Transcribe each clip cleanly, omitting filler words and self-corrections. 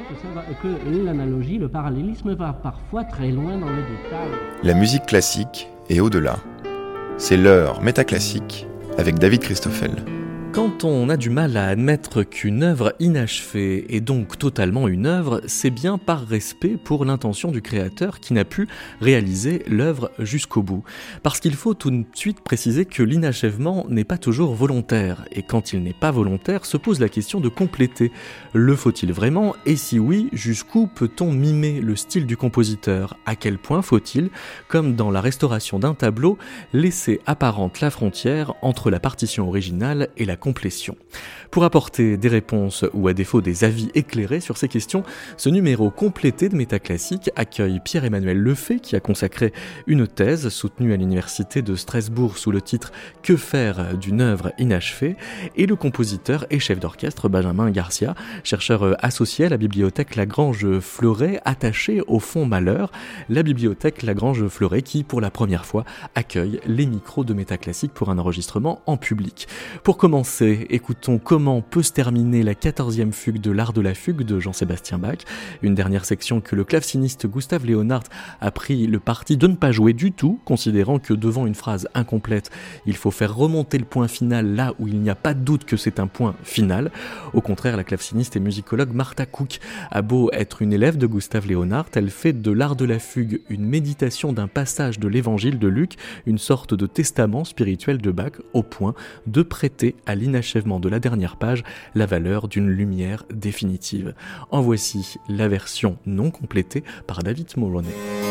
que l'analogie, le parallélisme va parfois très loin dans le détail. La musique classique et au-delà. C'est l'heure métaclassique avec David Christoffel. Quand on a du mal à admettre qu'une œuvre inachevée est donc totalement une œuvre, c'est bien par respect pour l'intention du créateur qui n'a pu réaliser l'œuvre jusqu'au bout. Parce qu'il faut tout de suite préciser que l'inachèvement n'est pas toujours volontaire, et quand il n'est pas volontaire, se pose la question de compléter. Le faut-il vraiment ? Et si oui, jusqu'où peut-on mimer le style du compositeur ? À quel point faut-il, comme dans la restauration d'un tableau, laisser apparente la frontière entre la partition originale et la complétion. Pour apporter des réponses ou à défaut des avis éclairés sur ces questions, ce numéro complété de Métaclassique accueille Pierre-Emmanuel Lefay qui a consacré une thèse soutenue à l'université de Strasbourg sous le titre « Que faire d'une œuvre inachevée ?» et le compositeur et chef d'orchestre Benjamin Garcia, chercheur associé à la bibliothèque Lagrange-Fleuret attaché au Fonds Malheur, la bibliothèque Lagrange-Fleuret qui pour la première fois accueille les micros de Métaclassique pour un enregistrement en public. Pour commencer, écoutons comment peut se terminer la 14e fugue de l'art de la fugue de Jean-Sébastien Bach, une dernière section que le claveciniste Gustav Leonhardt a pris le parti de ne pas jouer du tout, considérant que devant une phrase incomplète, il faut faire remonter le point final là où il n'y a pas de doute que c'est un point final. Au contraire, la claveciniste et musicologue Martha Cook a beau être une élève de Gustav Leonhardt, elle fait de l'art de la fugue une méditation d'un passage de l'évangile de Luc, une sorte de testament spirituel de Bach, au point de prêter à l'inachèvement de la dernière page la valeur d'une lumière définitive. En voici la version non complétée par David Mulroney.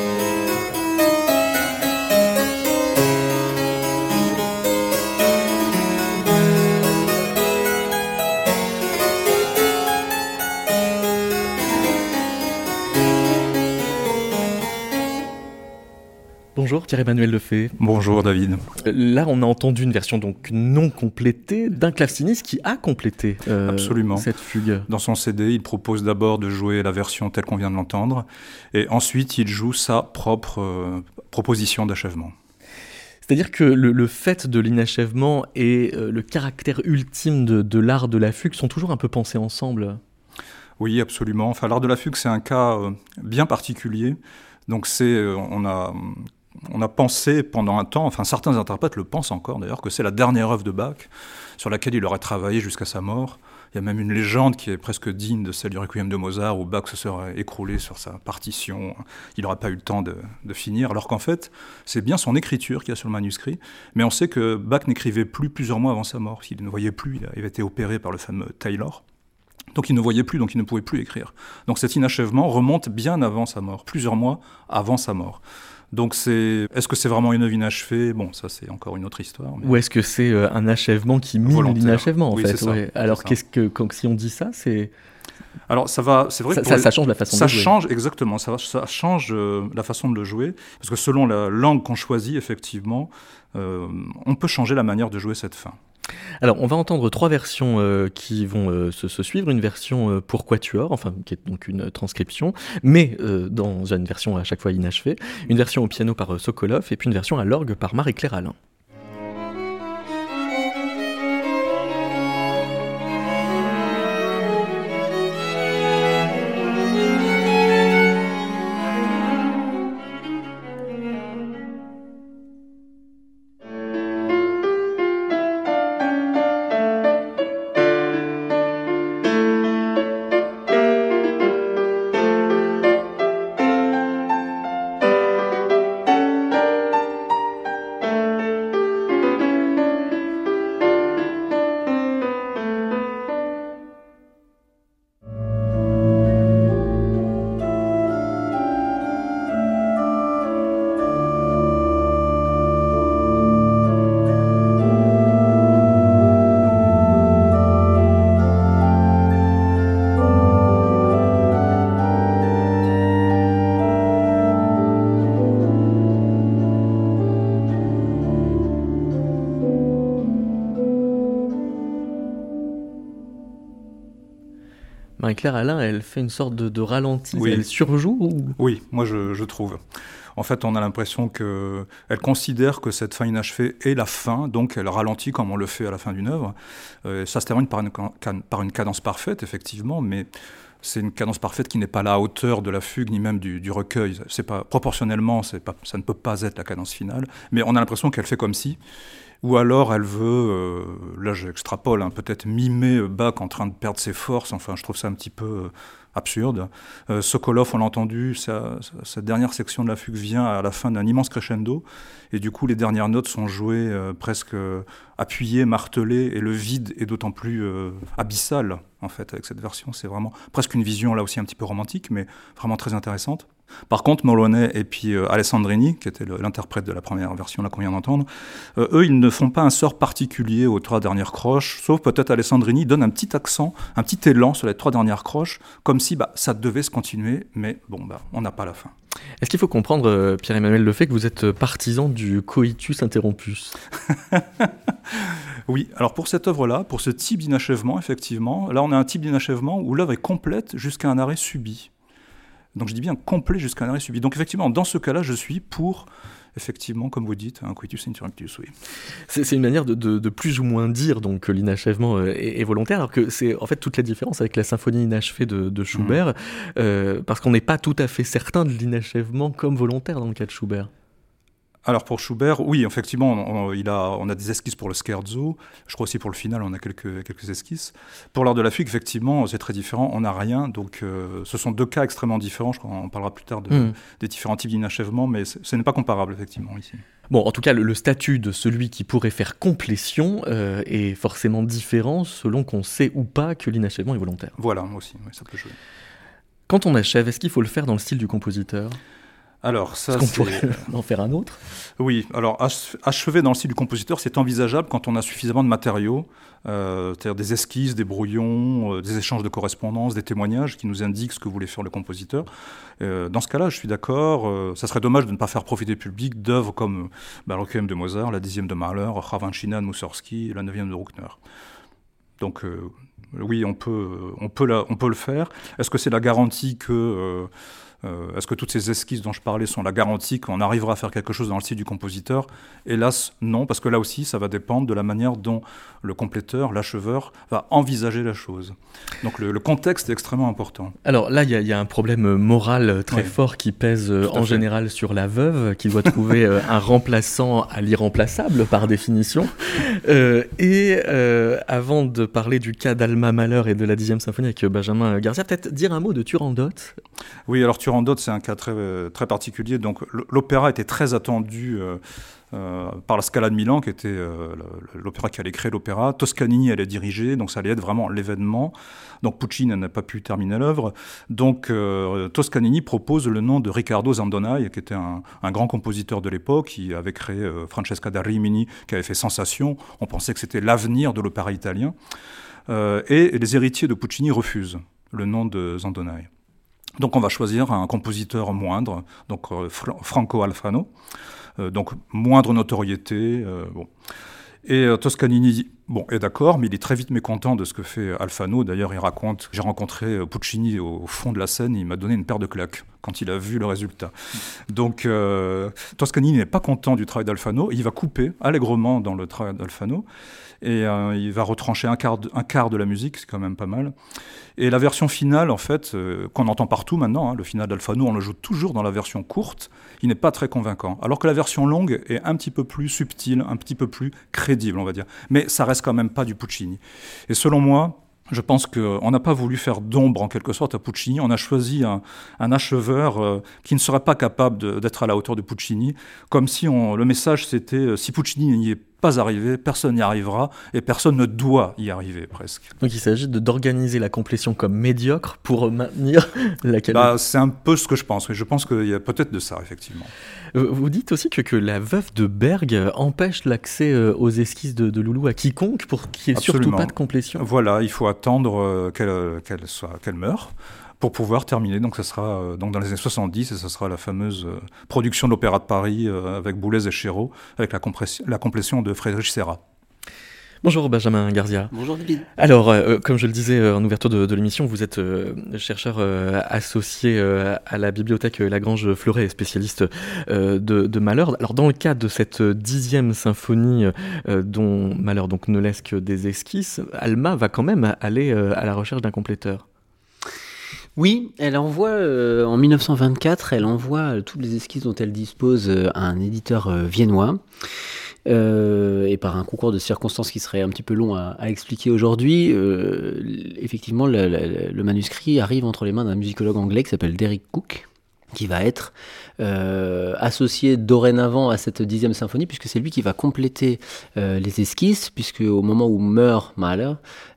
Bonjour Pierre-Emmanuel Lefay. Bonjour David. Là on a entendu une version donc non complétée d'un claveciniste qui a complété Absolument. Cette fugue. Dans son CD, il propose d'abord de jouer la version telle qu'on vient de l'entendre et ensuite il joue sa propre proposition d'achèvement. C'est-à-dire que le fait de l'inachèvement et le caractère ultime de l'art de la fugue sont toujours un peu pensés ensemble. Oui, absolument. Enfin, l'art de la fugue, c'est un cas bien particulier. Donc on a pensé pendant un temps, enfin certains interprètes le pensent encore d'ailleurs, que c'est la dernière œuvre de Bach sur laquelle il aurait travaillé jusqu'à sa mort. Il y a même une légende qui est presque digne de celle du Requiem de Mozart où Bach se serait écroulé sur sa partition, il n'aurait pas eu le temps de finir, alors qu'en fait c'est bien son écriture qu'il y a sur le manuscrit, mais on sait que Bach n'écrivait plus plusieurs mois avant sa mort, il ne voyait plus, il avait été opéré par le fameux Taylor. Donc il ne voyait plus, donc il ne pouvait plus écrire. Donc cet inachèvement remonte bien avant sa mort, plusieurs mois avant sa mort. Donc est-ce que c'est vraiment une œuvre inachevée ? Bon, ça c'est encore une autre histoire. Mais... Ou est-ce que c'est un achèvement qui mine volontaire. l'inachèvement en Oui, fait c'est ça, ouais. Alors c'est ça. si on dit ça, c'est... Alors c'est vrai que ça change la façon de jouer. Ça change, exactement, ça change la façon de le jouer, parce que selon la langue qu'on choisit, effectivement, on peut changer la manière de jouer cette fin. Alors, on va entendre trois versions qui vont se suivre. Une version pour quatuor, enfin, qui est donc une transcription, mais dans une version à chaque fois inachevée. Une version au piano par Sokolov, et puis une version à l'orgue par Marie-Claire Alain. Marie-Claire Alain, elle fait une sorte de ralenti, Oui. Elle surjoue ou... Oui, moi je trouve. En fait, on a l'impression qu'elle considère que cette fin inachevée est la fin, donc elle ralentit comme on le fait à la fin d'une œuvre. Ça se termine par une cadence parfaite, effectivement, mais c'est une cadence parfaite qui n'est pas à la hauteur de la fugue, ni même du recueil. Proportionnellement, ça ne peut pas être la cadence finale, mais on a l'impression qu'elle fait comme si. Ou alors elle veut, là j'extrapole, peut-être mimer Bach en train de perdre ses forces. Enfin, je trouve ça un petit peu absurde. Sokolov, on l'a entendu, sa dernière section de la fugue vient à la fin d'un immense crescendo, et du coup les dernières notes sont jouées presque appuyées, martelées, et le vide est d'autant plus abyssal, en fait, avec cette version. C'est vraiment presque une vision, là aussi, un petit peu romantique, mais vraiment très intéressante. Par contre, Moloney et puis Alessandrini, qui était l'interprète de la première version là qu'on vient d'entendre, eux, ils ne font pas un sort particulier aux 3 dernières croches, sauf peut-être Alessandrini donne un petit accent, un petit élan sur les 3 dernières croches, comme si ça devait se continuer, mais on n'a pas la fin. Est-ce qu'il faut comprendre, Pierre-Emmanuel Lefebvre, que vous êtes partisan du coitus interrompus ? Oui, alors pour cette œuvre-là, pour ce type d'inachèvement, effectivement, là on a un type d'inachèvement où l'œuvre est complète jusqu'à un arrêt subi. Donc je dis bien complet jusqu'à un arrêt subi. Donc effectivement, dans ce cas-là, je suis pour, effectivement, comme vous dites, un coitus interruptus, oui. C'est une manière de plus ou moins dire donc, que l'inachèvement est volontaire, alors que c'est en fait toute la différence avec la symphonie inachevée de Schubert, parce qu'on n'est pas tout à fait certain de l'inachèvement comme volontaire dans le cas de Schubert. Alors pour Schubert, oui, effectivement, on a des esquisses pour le scherzo. Je crois aussi pour le final, on a quelques esquisses. Pour l'art de la fugue, effectivement, c'est très différent. On n'a rien. Donc, ce sont 2 cas extrêmement différents. Je crois qu'on parlera plus tard des différents types d'inachèvement, mais ce n'est pas comparable, effectivement, ici. Bon, en tout cas, le statut de celui qui pourrait faire complétion est forcément différent selon qu'on sait ou pas que l'inachèvement est volontaire. Voilà, moi aussi, oui, ça peut jouer. Quand on achève, est-ce qu'il faut le faire dans le style du compositeur ? Alors, ça, est-ce qu'on pourrait en faire un autre ? Oui, alors achever dans le style du compositeur, c'est envisageable quand on a suffisamment de matériaux, c'est-à-dire des esquisses, des brouillons, des échanges de correspondances, des témoignages qui nous indiquent ce que voulait faire le compositeur. Dans ce cas-là, je suis d'accord, ça serait dommage de ne pas faire profiter le public d'œuvres comme le Requiem de Mozart, la 10e de Mahler, Ravanchina de Moussorgsky et la 9e de Bruckner. Donc oui, on peut le faire. Est-ce que c'est la garantie que... est-ce que toutes ces esquisses dont je parlais sont la garantie qu'on arrivera à faire quelque chose dans le style du compositeur ? Hélas, non, parce que là aussi, ça va dépendre de la manière dont le compléteur, l'acheveur, va envisager la chose. Donc le contexte est extrêmement important. Alors là, il y a un problème moral très fort qui pèse en général sur la veuve, qui doit trouver un remplaçant à l'irremplaçable, par définition. Avant de parler du cas d'Alma Mahler et de la 10e symphonie avec Benjamin Garcia, peut-être dire un mot de Turandot ? Oui, alors Turandot, c'est un cas très, très particulier. Donc, l'opéra était très attendu par la Scala de Milan, qui était l'opéra qui allait créer l'opéra. Toscanini allait diriger, donc ça allait être vraiment l'événement. Donc Puccini n'a pas pu terminer l'œuvre. Donc Toscanini propose le nom de Riccardo Zandonai, qui était un grand compositeur de l'époque, qui avait créé Francesca da Rimini, qui avait fait sensation. On pensait que c'était l'avenir de l'opéra italien. Et les héritiers de Puccini refusent le nom de Zandonai. Donc on va choisir un compositeur moindre, donc Franco Alfano, donc moindre notoriété. Et Toscanini est d'accord, mais il est très vite mécontent de ce que fait Alfano. D'ailleurs, il raconte, j'ai rencontré Puccini au fond de la scène, il m'a donné une paire de claques quand il a vu le résultat. Donc Toscanini n'est pas content du travail d'Alfano, il va couper allègrement dans le travail d'Alfano, et il va retrancher un quart de la musique, c'est quand même pas mal. Et la version finale, en fait, qu'on entend partout maintenant, le final d'Alfano, on le joue toujours dans la version courte, il n'est pas très convaincant. Alors que la version longue est un petit peu plus subtile, un petit peu plus crédible, on va dire. Mais ça reste quand même pas du Puccini. Et selon moi, je pense qu'on n'a pas voulu faire d'ombre, en quelque sorte, à Puccini. On a choisi un acheveur qui ne serait pas capable d'être à la hauteur de Puccini, comme si le message, c'était si Puccini n'y est pas arrivé, personne n'y arrivera, et personne ne doit y arriver, presque. Donc il s'agit d'organiser la complétion comme médiocre pour maintenir la qualité. C'est un peu ce que je pense, mais je pense qu'il y a peut-être de ça, effectivement. Vous dites aussi que la veuve de Berg empêche l'accès aux esquisses de Loulou à quiconque pour qu'il n'y ait surtout pas de complétion. Voilà, il faut attendre qu'elle meure pour pouvoir terminer. Donc ça sera dans les années 70, et ça sera la fameuse production de l'Opéra de Paris avec Boulez et Chéreau, avec la complétion de Friedrich Serra. Bonjour Benjamin Garzia. Bonjour David. Alors, comme je le disais en ouverture de l'émission, vous êtes chercheur associé à la bibliothèque Lagrange Fleuret et spécialiste de Mahler. Alors, dans le cadre de cette 10e symphonie dont Mahler donc ne laisse que des esquisses, Alma va quand même aller à la recherche d'un compléteur. Oui, elle envoie, en 1924, elle envoie toutes les esquisses dont elle dispose à un éditeur viennois. Et par un concours de circonstances qui serait un petit peu long à expliquer aujourd'hui, effectivement, le manuscrit arrive entre les mains d'un musicologue anglais qui s'appelle Derek Cook, qui va être associé dorénavant à cette 10e symphonie, puisque c'est lui qui va compléter les esquisses, puisque au moment où meurt Mahler,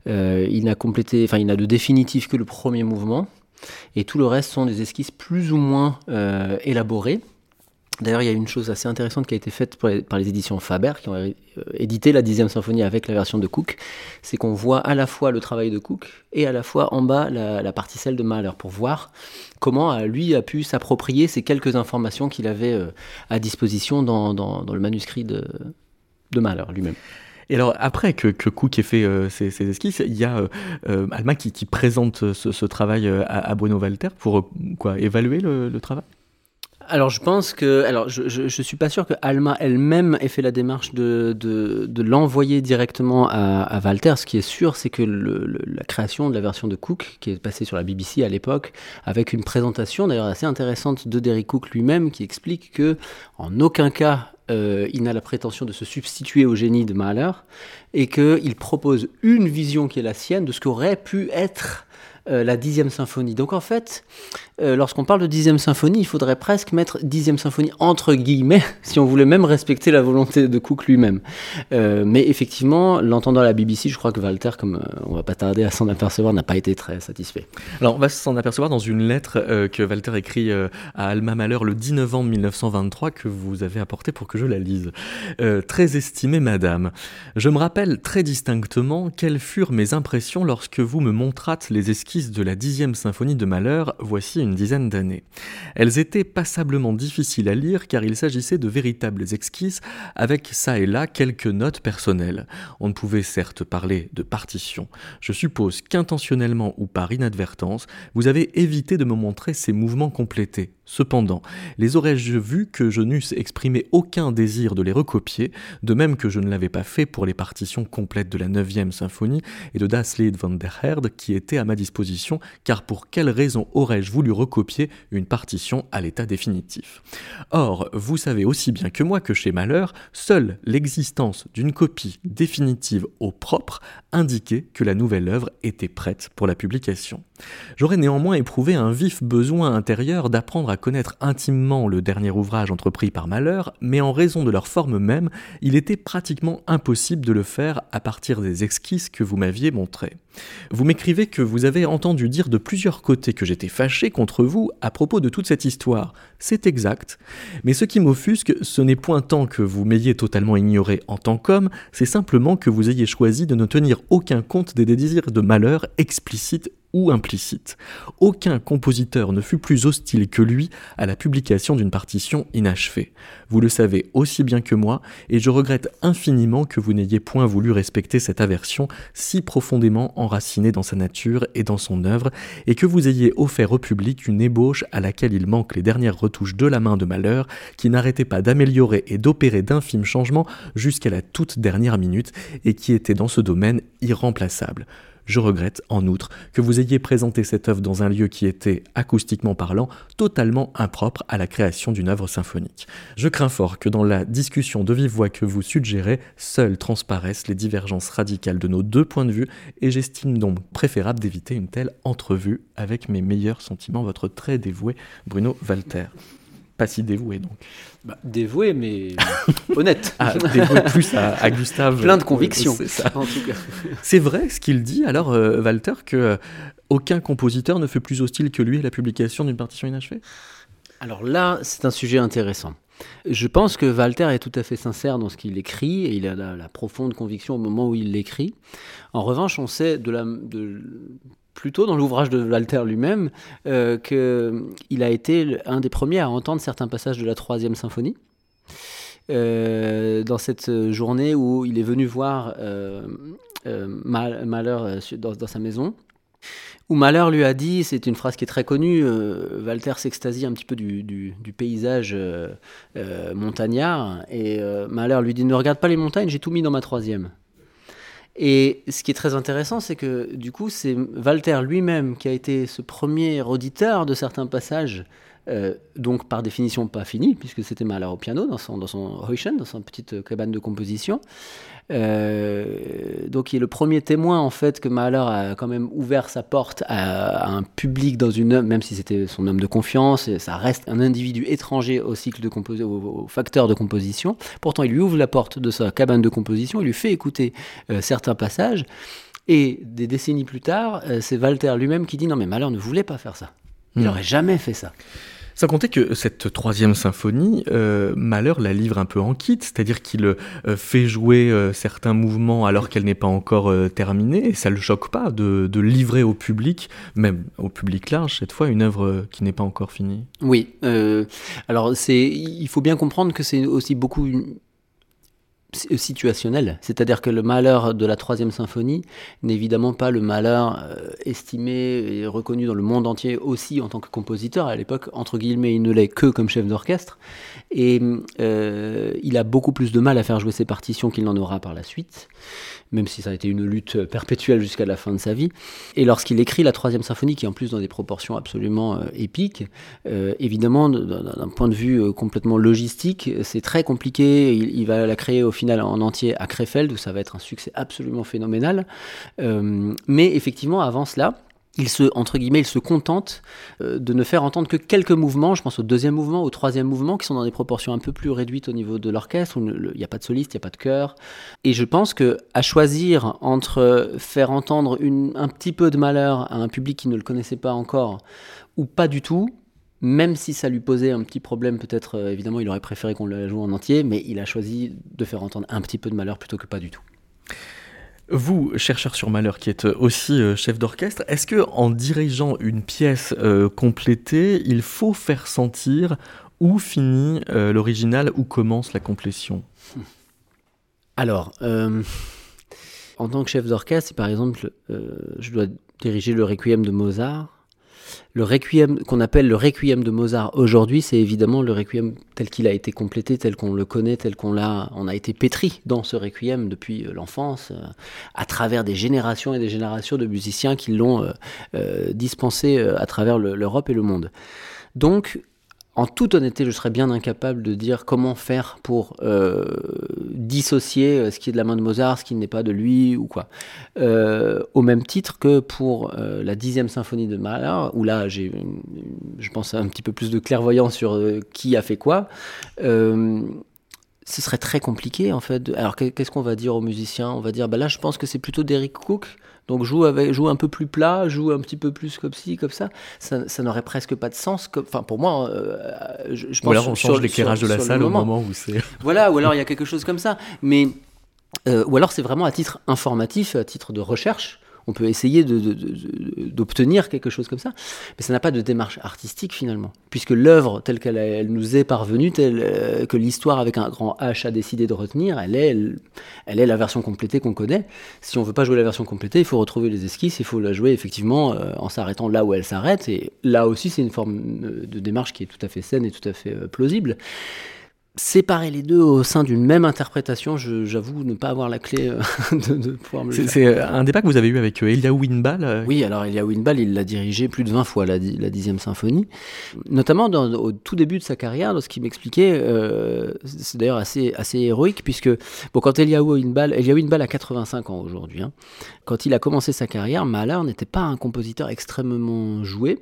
il n'a de définitif que le premier mouvement, et tout le reste sont des esquisses plus ou moins élaborées. D'ailleurs, il y a une chose assez intéressante qui a été faite par les éditions Faber, qui ont édité la 10e symphonie avec la version de Cook, c'est qu'on voit à la fois le travail de Cook et à la fois en bas la particelle de Mahler, pour voir comment lui a pu s'approprier ces quelques informations qu'il avait à disposition dans le manuscrit de Mahler lui-même. Et alors, après que Cook ait fait ces esquisses, il y a Alma qui présente ce travail à Bruno Walter pour évaluer le travail. Alors je pense que, je suis pas sûr que Alma elle-même ait fait la démarche de l'envoyer directement à Walter. Ce qui est sûr, c'est que la création de la version de Cook, qui est passée sur la BBC à l'époque, avec une présentation d'ailleurs assez intéressante de Derek Cook lui-même, qui explique que en aucun cas il n'a la prétention de se substituer au génie de Mahler, et qu'il propose une vision qui est la sienne de ce qu'aurait pu être la 10e symphonie. Donc en fait, lorsqu'on parle de 10e symphonie, il faudrait presque mettre 10e symphonie entre guillemets, si on voulait même respecter la volonté de Cook lui-même. Mais effectivement, l'entendant à la BBC, je crois que Walter, comme on va pas tarder à s'en apercevoir, n'a pas été très satisfait. Alors on va s'en apercevoir dans une lettre que Walter écrit à Alma Mahler le 10 novembre 1923, que vous avez apportée pour que je la lise. Très estimée madame, je me rappelle très distinctement quelles furent mes impressions lorsque vous me montrâtes les esquisses de la 10e symphonie de Mahler voici une dizaine d'années. Elles étaient passablement difficiles à lire car il s'agissait de véritables esquisses avec ça et là quelques notes personnelles. On ne pouvait certes parler de partition. Je suppose qu'intentionnellement ou par inadvertance, vous avez évité de me montrer ces mouvements complétés. Cependant, les aurais-je vus que je n'eusse exprimé aucun désir de les recopier, de même que je ne l'avais pas fait pour les partitions complètes de la 9e symphonie et de Das Lied von der Erde qui étaient à ma disposition, car pour quelle raison aurais-je voulu recopier une partition à l'état définitif ? Or, vous savez aussi bien que moi que chez Mahler, seule l'existence d'une copie définitive au propre indiquait que la nouvelle œuvre était prête pour la publication. J'aurais néanmoins éprouvé un vif besoin intérieur d'apprendre à connaître intimement le dernier ouvrage entrepris par Mahler, mais en raison de leur forme même, il était pratiquement impossible de le faire à partir des esquisses que vous m'aviez montrées. Vous m'écrivez que vous avez entendu dire de plusieurs côtés que j'étais fâché contre vous à propos de toute cette histoire. C'est exact, mais ce qui m'offusque, ce n'est point tant que vous m'ayez totalement ignoré en tant qu'homme, c'est simplement que vous ayez choisi de ne tenir aucun compte des désirs de Mahler explicites ou implicite. Aucun compositeur ne fut plus hostile que lui à la publication d'une partition inachevée. Vous le savez aussi bien que moi, et je regrette infiniment que vous n'ayez point voulu respecter cette aversion si profondément enracinée dans sa nature et dans son œuvre, et que vous ayez offert au public une ébauche à laquelle il manque les dernières retouches de la main de Mahler, qui n'arrêtait pas d'améliorer et d'opérer d'infimes changements jusqu'à la toute dernière minute, et qui était dans ce domaine irremplaçable. Je regrette, en outre, que vous ayez présenté cette œuvre dans un lieu qui était, acoustiquement parlant, totalement impropre à la création d'une œuvre symphonique. Je crains fort que dans la discussion de vive voix que vous suggérez, seules transparaissent les divergences radicales de nos deux points de vue, et j'estime donc préférable d'éviter une telle entrevue. Avec mes meilleurs sentiments, votre très dévoué Bruno Walter. Pas si dévoué donc. Dévoué mais honnête. Dévoué plus à Gustave. Plein de conviction. C'est ça. En tout cas. C'est vrai ce qu'il dit alors Walter que aucun compositeur ne fut plus hostile que lui à la publication d'une partition inachevée. Alors là, c'est un sujet intéressant. Je pense que Walter est tout à fait sincère dans ce qu'il écrit et il a la profonde conviction au moment où il l'écrit. En revanche, on sait plutôt dans l'ouvrage de Walter lui-même, qu'il a été un des premiers à entendre certains passages de la 3e symphonie. dans cette journée où il est venu voir Mahler dans sa maison, où Mahler lui a dit, c'est une phrase qui est très connue, Walter s'extasie un petit peu du paysage montagnard, et Mahler lui dit « Ne regarde pas les montagnes, j'ai tout mis dans ma troisième ». Et ce qui est très intéressant, c'est que du coup, c'est Walter lui-même qui a été ce premier auditeur de certains passages, donc par définition pas fini, puisque c'était Mahler au piano dans son Heuschen, dans sa petite cabane de composition. Donc il est le premier témoin en fait que Mahler a quand même ouvert sa porte à un public dans une œuvre, même si c'était son homme de confiance, et ça reste un individu étranger au cycle de au facteur de composition. Pourtant, il lui ouvre la porte de sa cabane de composition, il lui fait écouter certains passages, et des décennies plus tard, c'est Walter lui-même qui dit non mais Mahler ne voulait pas faire ça. Il n'aurait jamais fait ça. Sans compter que cette troisième symphonie, Mahler la livre un peu en kit, c'est-à-dire qu'il fait jouer certains mouvements alors qu'elle n'est pas encore terminée, et ça ne le choque pas de livrer au public, même au public large cette fois, une œuvre qui n'est pas encore finie. Oui, alors il faut bien comprendre que c'est aussi beaucoup situationnel, c'est-à-dire que le Mahler de la troisième symphonie n'est évidemment pas le Mahler estimé et reconnu dans le monde entier aussi en tant que compositeur. À l'époque, entre guillemets, il ne l'est que comme chef d'orchestre, et il a beaucoup plus de mal à faire jouer ses partitions qu'il n'en aura par la suite, même si ça a été une lutte perpétuelle jusqu'à la fin de sa vie. Et lorsqu'il écrit la troisième symphonie, qui est en plus dans des proportions absolument épiques, évidemment, d'un point de vue complètement logistique, c'est très compliqué. Il va la créer au final en entier à Krefeld, où ça va être un succès absolument phénoménal. Mais effectivement, avant cela, il se contente de ne faire entendre que quelques mouvements, je pense au deuxième mouvement, au troisième mouvement, qui sont dans des proportions un peu plus réduites au niveau de l'orchestre, où il n'y a pas de soliste, il n'y a pas de chœur. Et je pense qu'à choisir entre faire entendre un petit peu de Mahler à un public qui ne le connaissait pas encore, ou pas du tout, même si ça lui posait un petit problème, peut-être, évidemment, il aurait préféré qu'on la joue en entier, mais il a choisi de faire entendre un petit peu de Mahler plutôt que pas du tout. Vous, chercheur sur Mahler, qui êtes aussi chef d'orchestre, est-ce que en dirigeant une pièce complétée, il faut faire sentir où finit l'original, où commence la complétion ? Alors, en tant que chef d'orchestre, si par exemple, je dois diriger le Requiem de Mozart, le Requiem qu'on appelle le Requiem de Mozart aujourd'hui, c'est évidemment le Requiem tel qu'il a été complété, tel qu'on le connaît, on a été pétri dans ce Requiem depuis l'enfance, à travers des générations et des générations de musiciens qui l'ont dispensé à travers l'Europe et le monde. Donc, en toute honnêteté, je serais bien incapable de dire comment faire pour dissocier ce qui est de la main de Mozart, ce qui n'est pas de lui, ou quoi. Au même titre que pour la 10e symphonie de Mahler, où là, j'ai, je pense, un petit peu plus de clairvoyance sur qui a fait quoi. Ce serait très compliqué, en fait. Alors, qu'est-ce qu'on va dire aux musiciens ? On va dire, bah là, je pense que c'est plutôt Derek Cook. Donc joue un peu plus plat, joue un petit peu plus comme ci, comme ça. Ça n'aurait presque pas de sens. Enfin, pour moi, je pense. Ou alors on change l'éclairage de la salle au moment où c'est. Voilà, ou alors il y a quelque chose comme ça. Mais ou alors c'est vraiment à titre informatif, à titre de recherche. On peut essayer d'obtenir quelque chose comme ça, mais ça n'a pas de démarche artistique finalement, puisque l'œuvre telle qu'elle nous est parvenue, telle que l'histoire avec un grand H a décidé de retenir, elle est la version complétée qu'on connaît. Si on veut pas jouer la version complétée, il faut retrouver les esquisses, il faut la jouer effectivement en s'arrêtant là où elle s'arrête, et là aussi c'est une forme de démarche qui est tout à fait saine et tout à fait plausible. Séparer les deux au sein d'une même interprétation, j'avoue ne pas avoir la clé de pouvoir me le faire. C'est un débat que vous avez eu avec Eliaou Inbal. Oui, alors Eliaou Inbal, il l'a dirigé plus de 20 fois, la 10e symphonie. Notamment au tout début de sa carrière, lorsqu'il m'expliquait, c'est d'ailleurs assez héroïque, puisque quand Eliaou Inbal a 85 ans aujourd'hui, hein, quand il a commencé sa carrière, Mahler n'était pas un compositeur extrêmement joué.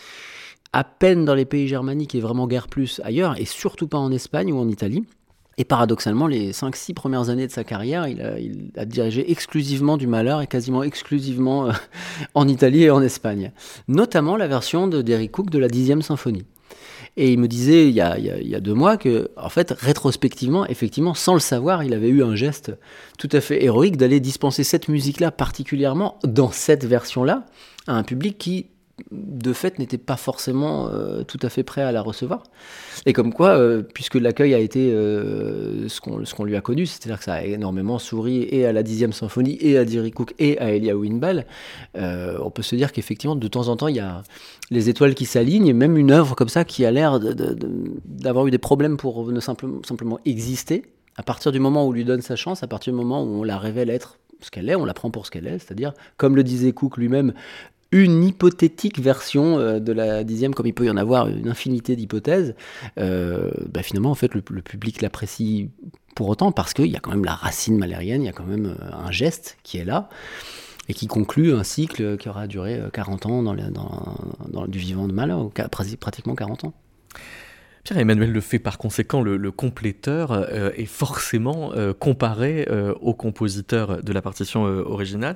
À peine dans les pays germaniques et vraiment guère plus ailleurs, et surtout pas en Espagne ou en Italie. Et paradoxalement, les 5-6 premières années de sa carrière, il a dirigé exclusivement du Mahler et quasiment exclusivement en Italie et en Espagne. Notamment la version de Derek Cook de la 10e symphonie. Et il me disait il y a 2 mois que, en fait, rétrospectivement, effectivement, sans le savoir, il avait eu un geste tout à fait héroïque d'aller dispenser cette musique-là, particulièrement dans cette version-là, à un public qui de fait, n'était pas forcément tout à fait prêt à la recevoir. Et comme quoi, puisque l'accueil a été ce qu'on lui a connu, c'est-à-dire que ça a énormément souri et à la 10e symphonie, et à Jerry Cook, et à Eliyahu Inbal, on peut se dire qu'effectivement, de temps en temps, il y a les étoiles qui s'alignent, et même une œuvre comme ça qui a l'air d'avoir eu des problèmes pour ne simplement exister, à partir du moment où on lui donne sa chance, à partir du moment où on la révèle être ce qu'elle est, on la prend pour ce qu'elle est, c'est-à-dire, comme le disait Cook lui-même, une hypothétique version de la 10e, comme il peut y en avoir une infinité d'hypothèses. Finalement, en fait, le public l'apprécie pour autant, parce qu'il y a quand même la racine mahlérienne, il y a quand même un geste qui est là, et qui conclut un cycle qui aura duré 40 ans dans du vivant de Mahler, pratiquement 40 ans. Pierre-Emmanuel Lefebvre, par conséquent, le compléteur est forcément comparé au compositeur de la partition originale.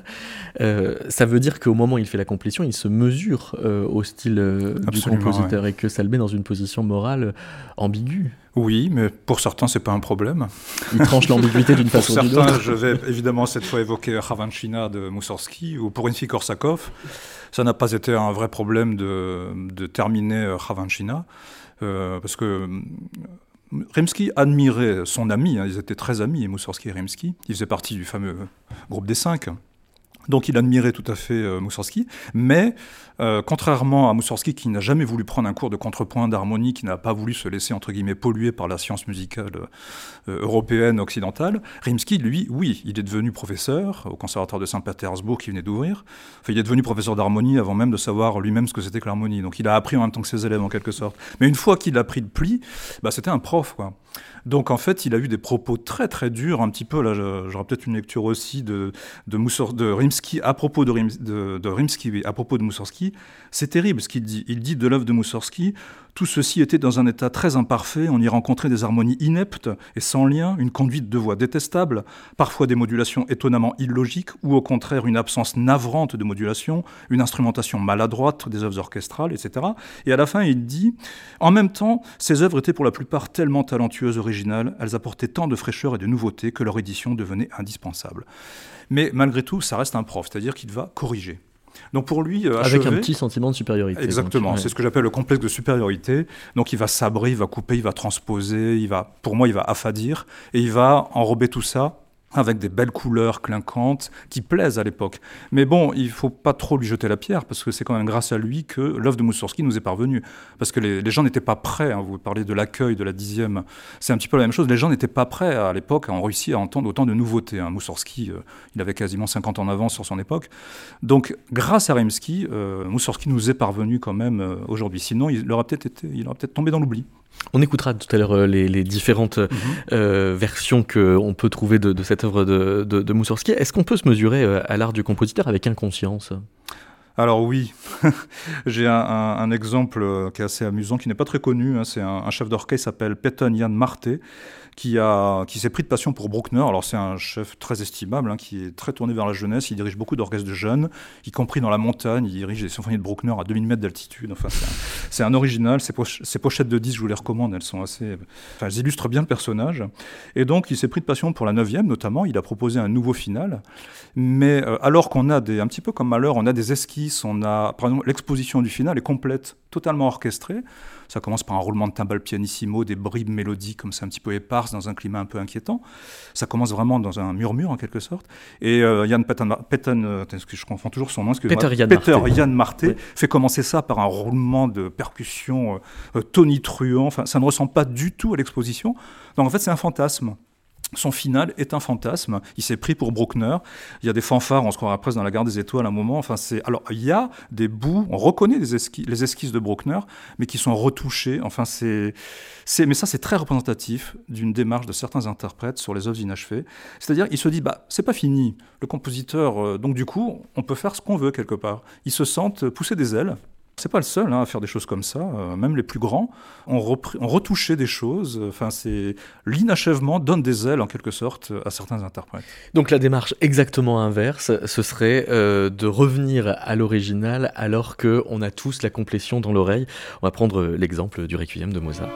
Ça veut dire qu'au moment où il fait la complétion, il se mesure au style du compositeur, ouais. Et que ça le met dans une position morale ambiguë. Oui, mais pour certains, c'est pas un problème. Il tranche l'ambiguïté d'une façon ou d'une autre. Pour certains, je vais évidemment cette fois évoquer Khavanchina de Moussorgsky ou pour Rimsky-Korsakov. Ça n'a pas été un vrai problème de terminer Khavanchina. Parce que Rimsky admirait son ami, ils étaient très amis, Moussorgsky et Rimsky, ils faisaient partie du fameux groupe des 5. Donc il admirait tout à fait Moussorgsky, mais contrairement à Moussorgsky qui n'a jamais voulu prendre un cours de contrepoint, d'harmonie, qui n'a pas voulu se laisser entre guillemets polluer par la science musicale européenne, occidentale, Rimsky, lui, oui, il est devenu professeur au conservatoire de Saint-Pétersbourg qui venait d'ouvrir. Enfin, il est devenu professeur d'harmonie avant même de savoir lui-même ce que c'était que l'harmonie. Donc il a appris en même temps que ses élèves en quelque sorte. Mais une fois qu'il a pris le pli, c'était un prof, quoi. Donc en fait, il a eu des propos très très durs, un petit peu, là j'aurais peut-être une lecture aussi de Rimsky à propos de Rimsky, oui, à propos de Moussorgsky. C'est terrible ce qu'il dit. Il dit de l'œuvre de Moussorgsky, tout ceci était dans un état très imparfait, on y rencontrait des harmonies ineptes et sans lien, une conduite de voix détestable, parfois des modulations étonnamment illogiques, ou au contraire une absence navrante de modulation, une instrumentation maladroite des œuvres orchestrales, etc. Et à la fin, il dit, en même temps, ces œuvres étaient pour la plupart tellement talentueuses, originales, elles apportaient tant de fraîcheur et de nouveauté que leur édition devenait indispensable. Mais malgré tout, ça reste un prof, c'est-à-dire qu'il va corriger. Donc pour lui, avec un petit sentiment de supériorité. Exactement, donc, ouais. C'est ce que j'appelle le complexe de supériorité. Donc il va sabrer, il va couper, il va transposer, pour moi il va affadir, et il va enrober tout ça avec des belles couleurs clinquantes qui plaisent à l'époque. Mais bon, il ne faut pas trop lui jeter la pierre, parce que c'est quand même grâce à lui que l'œuvre de Moussorgsky nous est parvenue. Parce que les gens n'étaient pas prêts, hein, vous parlez de l'accueil de la 10e, c'est un petit peu la même chose, les gens n'étaient pas prêts à l'époque en Russie à entendre autant de nouveautés. Hein. Moussorgsky, il avait quasiment 50 ans d'avance sur son époque. Donc grâce à Rimsky, Moussorgsky nous est parvenu quand même aujourd'hui. Sinon, il aurait peut-être tombé dans l'oubli. On écoutera tout à l'heure les différentes versions qu'on peut trouver de cette œuvre de Moussorgsky. Est-ce qu'on peut se mesurer à l'art du compositeur avec inconscience ? Alors oui, j'ai un exemple qui est assez amusant, qui n'est pas très connu. Hein. C'est un chef d'orchestre qui s'appelle Peton Jan Marte, qui s'est pris de passion pour Bruckner. Alors c'est un chef très estimable, hein, qui est très tourné vers la jeunesse. Il dirige beaucoup d'orchestres de jeunes, y compris dans la montagne. Il dirige des symphonies de Bruckner à 2000 mètres d'altitude. Enfin, c'est un original. Ses pochettes de disques, je vous les recommande. Elles illustrent bien le personnage. Et donc il s'est pris de passion pour la 9e notamment. Il a proposé un nouveau final. Mais alors qu'on a un petit peu comme Mahler, on a des esquisses. Par exemple, l'exposition du final est complète, totalement orchestrée. Ça commence par un roulement de timbales pianissimo, des bribes mélodiques comme ça un petit peu éparses dans un climat un peu inquiétant. Ça commence vraiment dans un murmure en quelque sorte. Et je confonds toujours son nom, Peter Jan Marte fait commencer ça par un roulement de percussion tonitruant. Enfin, ça ne ressemble pas du tout à l'exposition. Donc en fait, c'est un fantasme. Son final est un fantasme. Il s'est pris pour Bruckner. Il y a des fanfares, on se croirait presque dans la Gare des Étoiles à un moment. Enfin, alors, il y a des bouts, on reconnaît les esquisses de Bruckner, mais qui sont retouchées. Enfin, mais ça, c'est très représentatif d'une démarche de certains interprètes sur les œuvres inachevées. C'est-à-dire, il se dit, c'est pas fini. Le compositeur, donc du coup, on peut faire ce qu'on veut quelque part. Ils se sentent pousser des ailes. C'est pas le seul à faire des choses comme ça, même les plus grands ont retouché des choses. Enfin, l'inachèvement donne des ailes en quelque sorte à certains interprètes. Donc la démarche exactement inverse, ce serait de revenir à l'original alors qu'on a tous la complétion dans l'oreille. On va prendre l'exemple du Requiem de Mozart.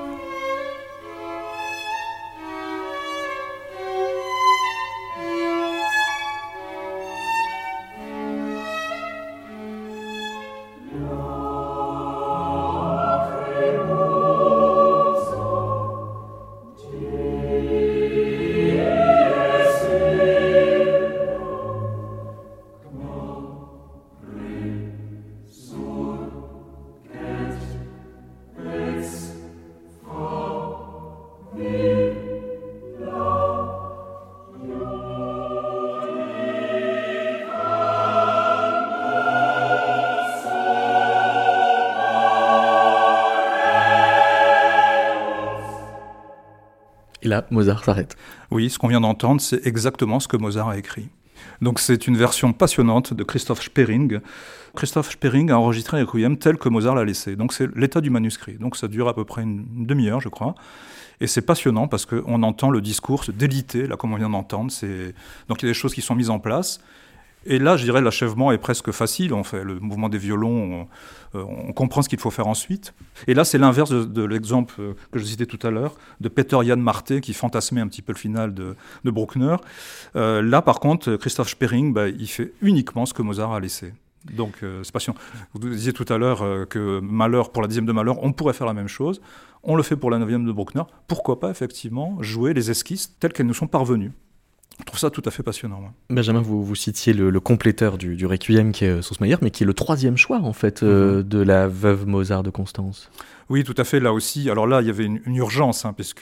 Et là, Mozart s'arrête. Oui, ce qu'on vient d'entendre, c'est exactement ce que Mozart a écrit. Donc c'est une version passionnante de Christoph Spering. Christoph Spering a enregistré les requiem tel que Mozart l'a laissé. Donc c'est l'état du manuscrit. Donc ça dure à peu près une demi-heure, je crois. Et c'est passionnant parce qu'on entend le discours se déliter, là, comme on vient d'entendre. Donc il y a des choses qui sont mises en place. Et là, je dirais, l'achèvement est presque facile. On fait le mouvement des violons, on comprend ce qu'il faut faire ensuite. Et là, c'est l'inverse de l'exemple que je citais tout à l'heure, de Peter Jan Marte, qui fantasmait un petit peu le final de Bruckner. Là, par contre, Christoph Spering, il fait uniquement ce que Mozart a laissé. Donc, c'est passionnant. Vous disiez tout à l'heure que Mahler, pour la 10e de Mahler, on pourrait faire la même chose. On le fait pour la 9e de Bruckner. Pourquoi pas, effectivement, jouer les esquisses telles qu'elles nous sont parvenues? Je trouve ça tout à fait passionnant. Ouais. Benjamin, vous citiez le compléteur du Requiem qui est Soussmayer, mais qui est le 3e choix en fait de la veuve Mozart de Constance. Oui, tout à fait. Là aussi, alors là, il y avait une urgence, puisque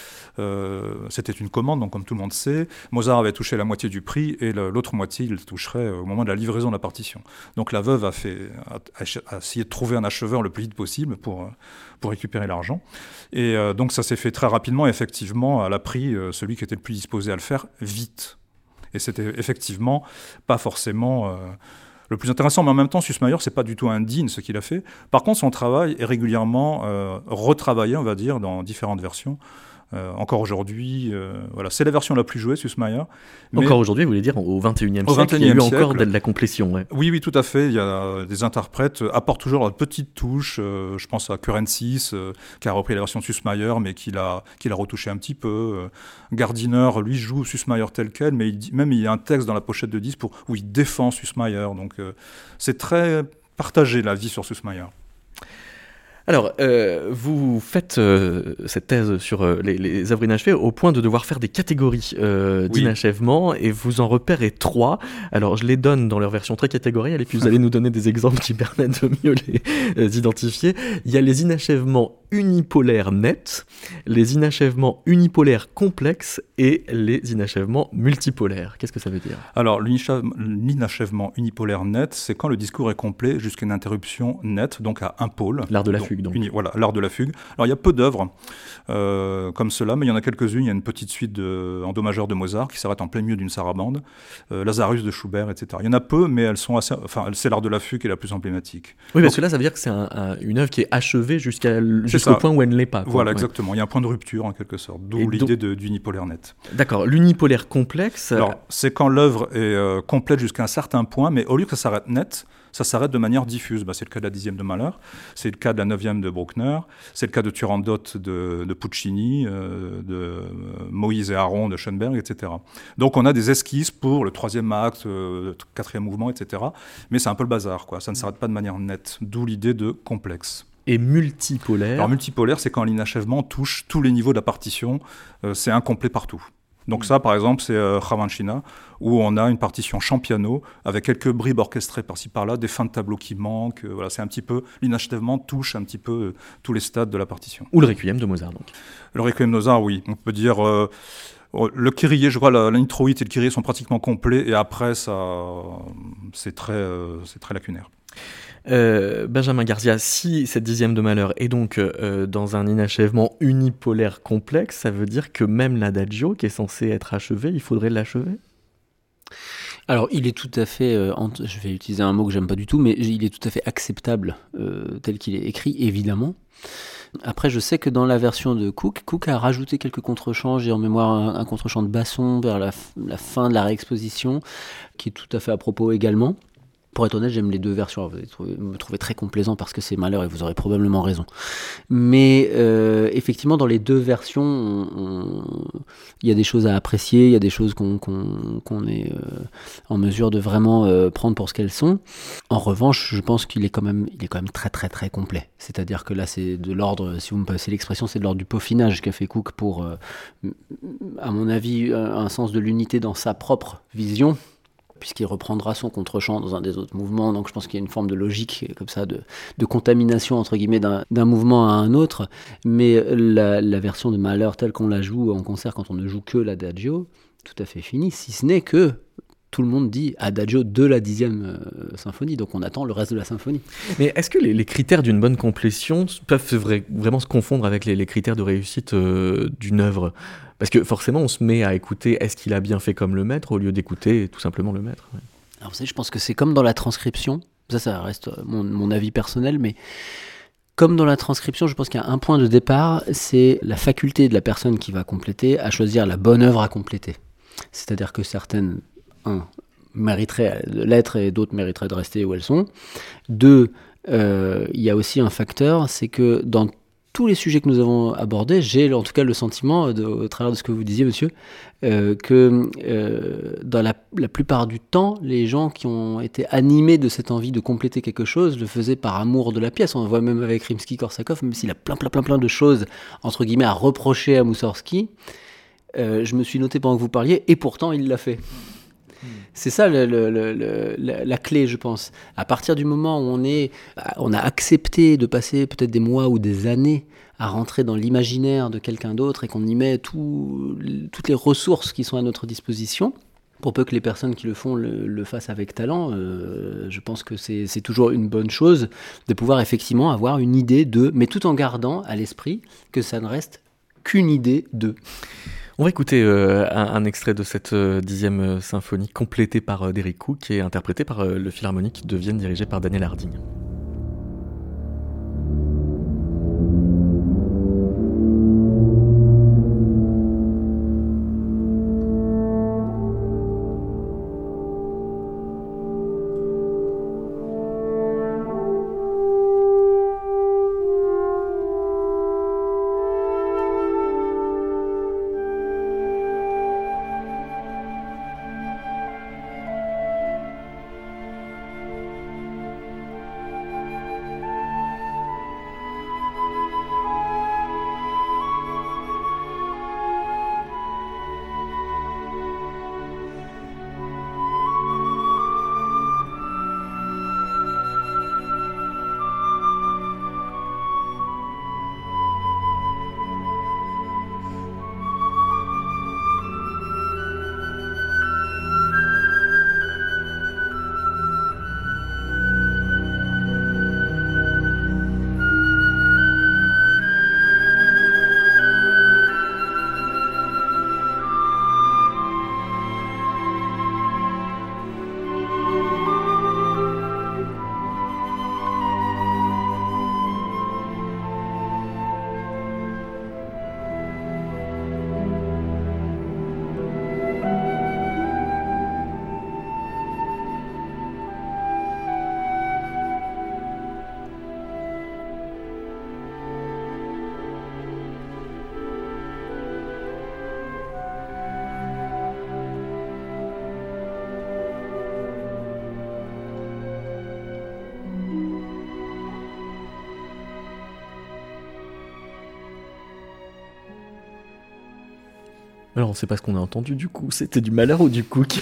c'était une commande, donc comme tout le monde sait, Mozart avait touché la moitié du prix et l'autre moitié, il le toucherait au moment de la livraison de la partition. Donc la veuve a essayé de trouver un acheveur le plus vite possible pour récupérer l'argent. Et donc ça s'est fait très rapidement. Effectivement, elle a pris celui qui était le plus disposé à le faire vite. Et c'était effectivement pas forcément le plus intéressant, mais en même temps, Süssmayer, c'est pas du tout indigne ce qu'il a fait. Par contre, son travail est régulièrement retravaillé, on va dire, dans différentes versions. Encore aujourd'hui, voilà, c'est la version la plus jouée, Süssmayer. Encore aujourd'hui, vous voulez dire au XXIe siècle, il y a eu encore de la complétion. Ouais. Oui, tout à fait. Il y a des interprètes apportent toujours leur petite touche. Je pense à Kurensis, qui a repris la version de Süssmayer, mais qui l'a retouché un petit peu. Gardiner, lui, joue Süssmayer tel quel, mais il y a un texte dans la pochette de disque où il défend Süssmayer. Donc c'est très partagé, la vie sur Süssmayer. Alors, vous faites cette thèse sur les œuvres inachevées au point de devoir faire des catégories d'inachèvement, et vous en repérez 3. Alors, je les donne dans leur version très catégorielle, et puis vous allez nous donner des exemples qui permettent de mieux les identifier. Il y a les inachèvements unipolaires nets, les inachèvements unipolaires complexes et les inachèvements multipolaires. Qu'est-ce que ça veut dire ? Alors, l'inachèvement unipolaire net, c'est quand le discours est complet jusqu'à une interruption nette, donc à un pôle. L'art de la fugue, donc. Voilà, l'art de la fugue. Alors, il y a peu d'œuvres comme cela, mais il y en a quelques-unes. Il y a une petite suite en do majeur de Mozart qui s'arrête en plein milieu d'une sarabande, Lazarus de Schubert, etc. Il y en a peu, mais elles sont assez... Enfin, c'est l'art de la fugue qui est la plus emblématique. Oui, parce que là, ça veut dire que c'est une œuvre qui est achevée jusqu'au point où elle ne l'est pas. Quoi. Voilà, exactement. Il y a un point de rupture, en quelque sorte. D'où l'idée d'unipolaire net. D'accord. L'unipolaire complexe... Alors, c'est quand l'œuvre est complète jusqu'à un certain point, mais au lieu que ça s'arrête net, ça s'arrête de manière diffuse. C'est le cas de la 10e de Mahler, c'est le cas de la 9e de Bruckner, c'est le cas de Turandot de Puccini, de Moïse et Aaron de Schoenberg, etc. Donc on a des esquisses pour le 3e acte, le 4e mouvement, etc. Mais c'est un peu le bazar, quoi. Ça ne s'arrête pas de manière nette, d'où l'idée de complexe. Et multipolaire. Alors multipolaire, c'est quand l'inachèvement touche tous les niveaux de la partition, c'est incomplet partout. Donc ça, par exemple, c'est Ravanchina, où on a une partition chant piano, avec quelques bribes orchestrées par-ci par-là, des fins de tableau qui manquent. Voilà, c'est un petit peu, l'inachèvement touche un petit peu tous les stades de la partition. Ou le Requiem de Mozart, donc. Le Requiem de Mozart, oui. On peut dire... le Kyrie, je crois, l'introïte et le Kyrie sont pratiquement complets, et après, c'est très lacunaire. Benjamin Garcia, si cette 10e de Mahler est donc dans un inachèvement unipolaire complexe, ça veut dire que même l'adagio, qui est censé être achevé, il faudrait l'achever ? Alors, il est tout à fait, je vais utiliser un mot que j'aime pas du tout, mais il est tout à fait acceptable tel qu'il est écrit, évidemment. Après, je sais que dans la version de Cook a rajouté quelques contrechants. J'ai en mémoire un contrechant de basson vers la fin de la réexposition, qui est tout à fait à propos également. Pour être honnête, j'aime les deux versions. Vous allez me trouver très complaisant parce que c'est Mahler et vous aurez probablement raison. Mais effectivement, dans les deux versions, il y a des choses à apprécier, il y a des choses qu'on est en mesure de vraiment prendre pour ce qu'elles sont. En revanche, je pense qu'il est quand même très très très complet. C'est-à-dire que là, c'est de l'ordre, si vous me passez l'expression, c'est de l'ordre du peaufinage qu'a fait Cook pour, à mon avis, un sens de l'unité dans sa propre vision, puisqu'il reprendra son contre-champ dans un des autres mouvements. Donc je pense qu'il y a une forme de logique comme ça, de contamination entre guillemets d'un mouvement à un autre. Mais la version de Mahler telle qu'on la joue en concert quand on ne joue que l'adagio, tout à fait finie, si ce n'est que tout le monde dit adagio de la 10e symphonie, donc on attend le reste de la symphonie. Mais est-ce que les critères d'une bonne complétion peuvent vraiment se confondre avec les critères de réussite d'une œuvre ? Parce que forcément, on se met à écouter est-ce qu'il a bien fait comme le maître au lieu d'écouter tout simplement le maître. Ouais. Alors vous savez, je pense que c'est comme dans la transcription, ça reste mon avis personnel, mais comme dans la transcription, je pense qu'il y a un point de départ, c'est la faculté de la personne qui va compléter à choisir la bonne œuvre à compléter. C'est-à-dire que certaines, mériteraient de l'être et d'autres mériteraient de rester où elles sont. 2, il y a aussi un facteur, c'est que dans tous les sujets que nous avons abordés, j'ai en tout cas le sentiment, au travers de ce que vous disiez, monsieur, que dans la plupart du temps, les gens qui ont été animés de cette envie de compléter quelque chose le faisaient par amour de la pièce. On le voit même avec Rimsky-Korsakov, même s'il a plein de choses, entre guillemets, à reprocher à Moussorgsky. Je me suis noté pendant que vous parliez, et pourtant il l'a fait. C'est ça la clé, je pense. À partir du moment où on a accepté de passer peut-être des mois ou des années à rentrer dans l'imaginaire de quelqu'un d'autre et qu'on y met toutes les ressources qui sont à notre disposition, pour peu que les personnes qui le font le fassent avec talent, je pense que c'est toujours une bonne chose de pouvoir effectivement avoir une idée mais tout en gardant à l'esprit que ça ne reste qu'une idée de. On va écouter un extrait de cette 10e symphonie complétée par Derek Cook et interprétée par le Philharmonique de Vienne dirigé par Daniel Harding. Alors on ne sait pas ce qu'on a entendu du coup, c'était du Mahler ou du Cook?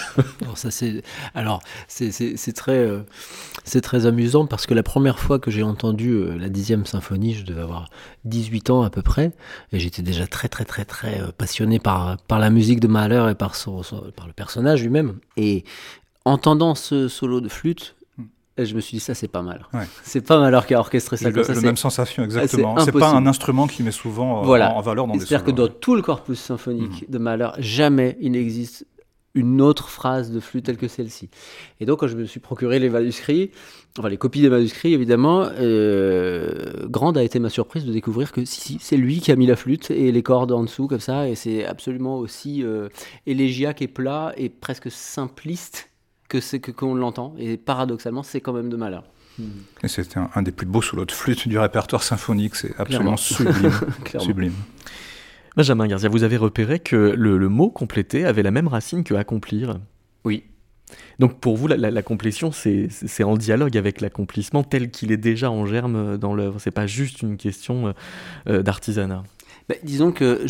C'est très amusant parce que la première fois que j'ai entendu la 10e symphonie, je devais avoir 18 ans à peu près, et j'étais déjà très passionné par la musique de Mahler et par le personnage lui-même. Et entendant ce solo de flûte, je me suis dit, ça c'est pas mal. Ouais. C'est pas Mahler qui a orchestré ça comme ça. Même sensation, exactement. C'est pas un instrument qui met souvent en valeur dans des solos. C'est-à-dire que dans tout le corpus symphonique de Mahler, jamais il n'existe une autre phrase de flûte telle que celle-ci. Et donc, quand je me suis procuré les manuscrits, enfin les copies des manuscrits évidemment, grande a été ma surprise de découvrir que si, c'est lui qui a mis la flûte et les cordes en dessous comme ça, et c'est absolument aussi élégiaque et plat et presque simpliste qu'on l'entend, et paradoxalement c'est quand même de Mahler. Et c'était un des plus beaux solos de flûte du répertoire symphonique, c'est absolument sublime. Benjamin Garcia, vous avez repéré que le mot compléter avait la même racine que accomplir. Oui. Donc pour vous, la complétion, c'est en dialogue avec l'accomplissement tel qu'il est déjà en germe dans l'œuvre, c'est pas juste une question d'artisanat. Disons que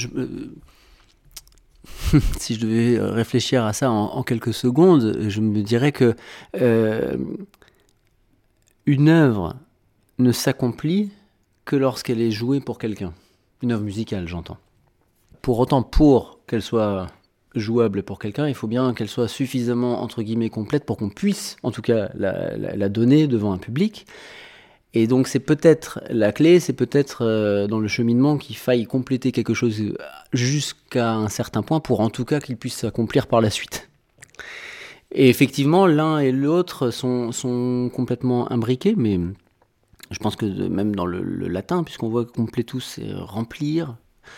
si je devais réfléchir à ça en quelques secondes, je me dirais que une œuvre ne s'accomplit que lorsqu'elle est jouée pour quelqu'un. Une œuvre musicale, j'entends. Pour autant, pour qu'elle soit jouable pour quelqu'un, il faut bien qu'elle soit suffisamment, entre guillemets, complète pour qu'on puisse, en tout cas, la donner devant un public. Et donc c'est peut-être la clé, c'est peut-être dans le cheminement qu'il faille compléter quelque chose jusqu'à un certain point pour en tout cas qu'il puisse s'accomplir par la suite. Et effectivement, l'un et l'autre sont complètement imbriqués, mais je pense que même dans le latin, puisqu'on voit que completus, c'est remplir,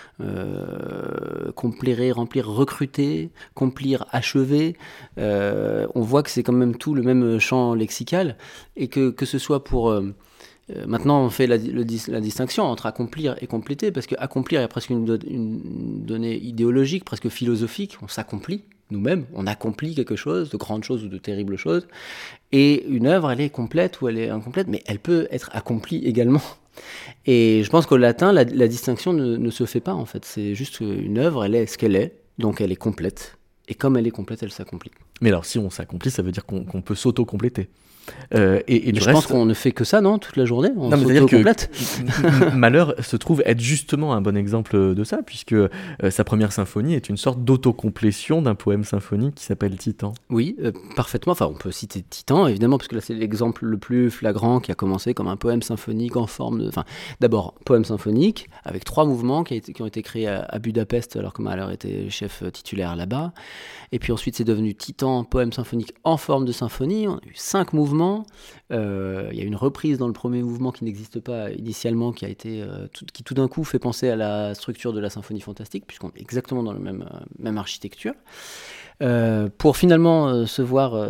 complérer, remplir, recruter, complir, achever, on voit que c'est quand même tout le même champ lexical, et que ce soit pour... maintenant, on fait la distinction entre accomplir et compléter, parce qu'accomplir est presque une donnée idéologique, presque philosophique. On s'accomplit nous-mêmes, on accomplit quelque chose, de grandes choses ou de terribles choses. Et une œuvre, elle est complète ou elle est incomplète, mais elle peut être accomplie également. Et je pense qu'au latin, la distinction ne se fait pas, en fait. C'est juste une œuvre, elle est ce qu'elle est, donc elle est complète. Et comme elle est complète, elle s'accomplit. Mais alors, si on s'accomplit, ça veut dire qu'on peut s'auto-compléter. Et je pense qu'on ne fait que ça, non, toute la journée, on s'auto-complète. Malheur se trouve être justement un bon exemple de ça, puisque sa première symphonie est une sorte d'autocomplétion d'un poème symphonique qui s'appelle Titan. Oui, parfaitement. Enfin, on peut citer Titan, évidemment, parce que là, c'est l'exemple le plus flagrant qui a commencé comme un poème symphonique en forme de... Enfin, d'abord, poème symphonique, avec 3 mouvements qui ont été créés à Budapest, alors que Mahler était chef titulaire là-bas. Et puis ensuite, c'est devenu Titan, poème symphonique en forme de symphonie. On a eu 5 mouvements. Il y a une reprise dans le premier mouvement qui n'existe pas initialement, qui a été qui tout d'un coup fait penser à la structure de la symphonie fantastique, puisqu'on est exactement dans la même architecture, pour finalement se voir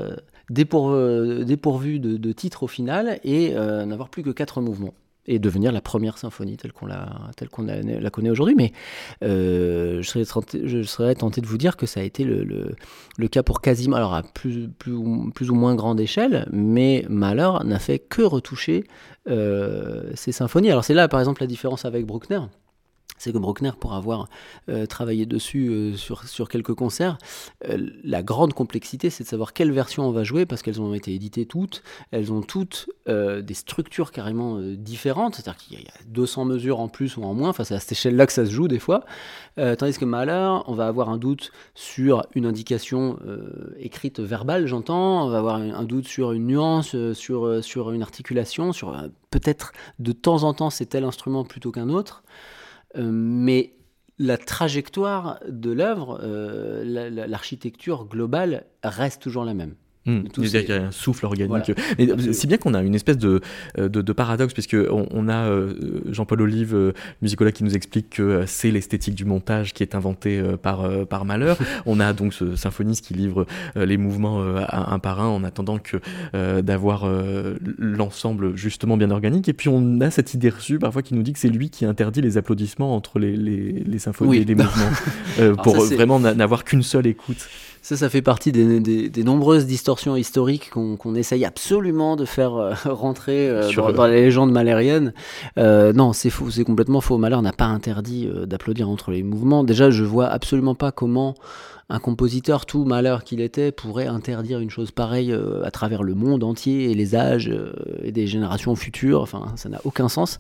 dépourvu de titre au final et n'avoir plus que 4 mouvements. Et devenir la première symphonie telle qu'on la connaît aujourd'hui. Mais je serais tenté de vous dire que ça a été le cas pour quasiment, alors à plus ou moins grande échelle, mais Mahler n'a fait que retoucher ces symphonies. Alors c'est là, par exemple, la différence avec Bruckner. C'est que Bruckner, pour avoir travaillé dessus sur quelques concerts, la grande complexité, c'est de savoir quelle version on va jouer, parce qu'elles ont été éditées toutes. Elles ont toutes des structures carrément différentes, c'est-à-dire qu'il y a 200 mesures en plus ou en moins, enfin c'est à cette échelle-là que ça se joue des fois. Tandis que Mahler, on va avoir un doute sur une indication écrite verbale, j'entends, on va avoir un doute sur une nuance, sur une articulation, sur peut-être de temps en temps c'est tel instrument plutôt qu'un autre. Mais la trajectoire de l'œuvre, l'architecture globale reste toujours la même. C'est-à-dire qu'il y a un souffle organique. Voilà. Mais si bien qu'on a une espèce de paradoxe, puisque on a Jean-Paul Olive, musicologue, qui nous explique que c'est l'esthétique du montage qui est inventée par Mahler. On a donc ce symphoniste qui livre les mouvements un par un en attendant d'avoir l'ensemble justement bien organique. Et puis on a cette idée reçue parfois qui nous dit que c'est lui qui interdit les applaudissements entre les symphonies et les mouvements pour vraiment n'avoir qu'une seule écoute. Ça fait partie des nombreuses distorsions historiques qu'on essaye absolument de faire rentrer dans la légende mahlérienne. Non, c'est faux, c'est complètement faux. Mahler n'a pas interdit d'applaudir entre les mouvements. Déjà, je vois absolument pas comment un compositeur, tout Mahler qu'il était, pourrait interdire une chose pareille à travers le monde entier et les âges et des générations futures. Enfin, ça n'a aucun sens.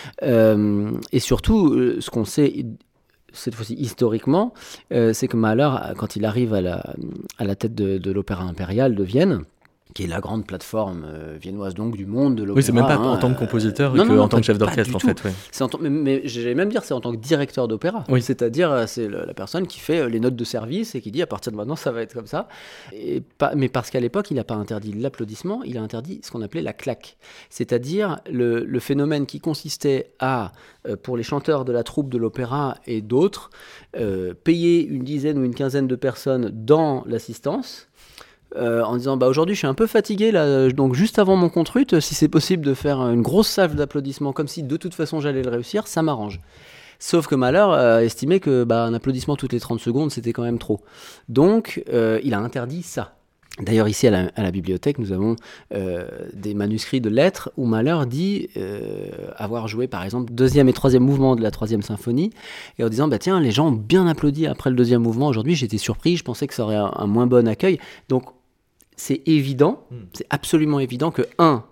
Et surtout, ce qu'on sait... cette fois-ci historiquement, c'est que Mahler, quand il arrive à la tête de l'Opéra Impérial de Vienne, qui est la grande plateforme viennoise donc du monde de l'opéra. Oui, c'est même pas en tant que compositeur qu'en tant que chef d'orchestre en fait. Ouais. Mais j'allais même dire c'est en tant que directeur d'opéra. Oui. C'est-à-dire c'est la personne qui fait les notes de service et qui dit à partir de maintenant ça va être comme ça. Mais parce qu'à l'époque il n'a pas interdit l'applaudissement, il a interdit ce qu'on appelait la claque. C'est-à-dire le phénomène qui consistait à, pour les chanteurs de la troupe de l'opéra et d'autres, payer une dizaine ou une quinzaine de personnes dans l'assistance, en disant aujourd'hui je suis un peu fatigué là, donc juste avant mon contrut, si c'est possible de faire une grosse salve d'applaudissements comme si de toute façon j'allais le réussir, ça m'arrange. Sauf que Mahler estimait que un applaudissement toutes les 30 secondes c'était quand même trop, donc il a interdit ça. D'ailleurs ici à la bibliothèque nous avons des manuscrits de lettres où Mahler dit avoir joué par exemple 2e et 3e mouvement de la 3e symphonie et en disant tiens les gens ont bien applaudi après le 2e mouvement, aujourd'hui j'étais surpris, je pensais que ça aurait un moins bon accueil. Donc c'est évident, c'est absolument évident que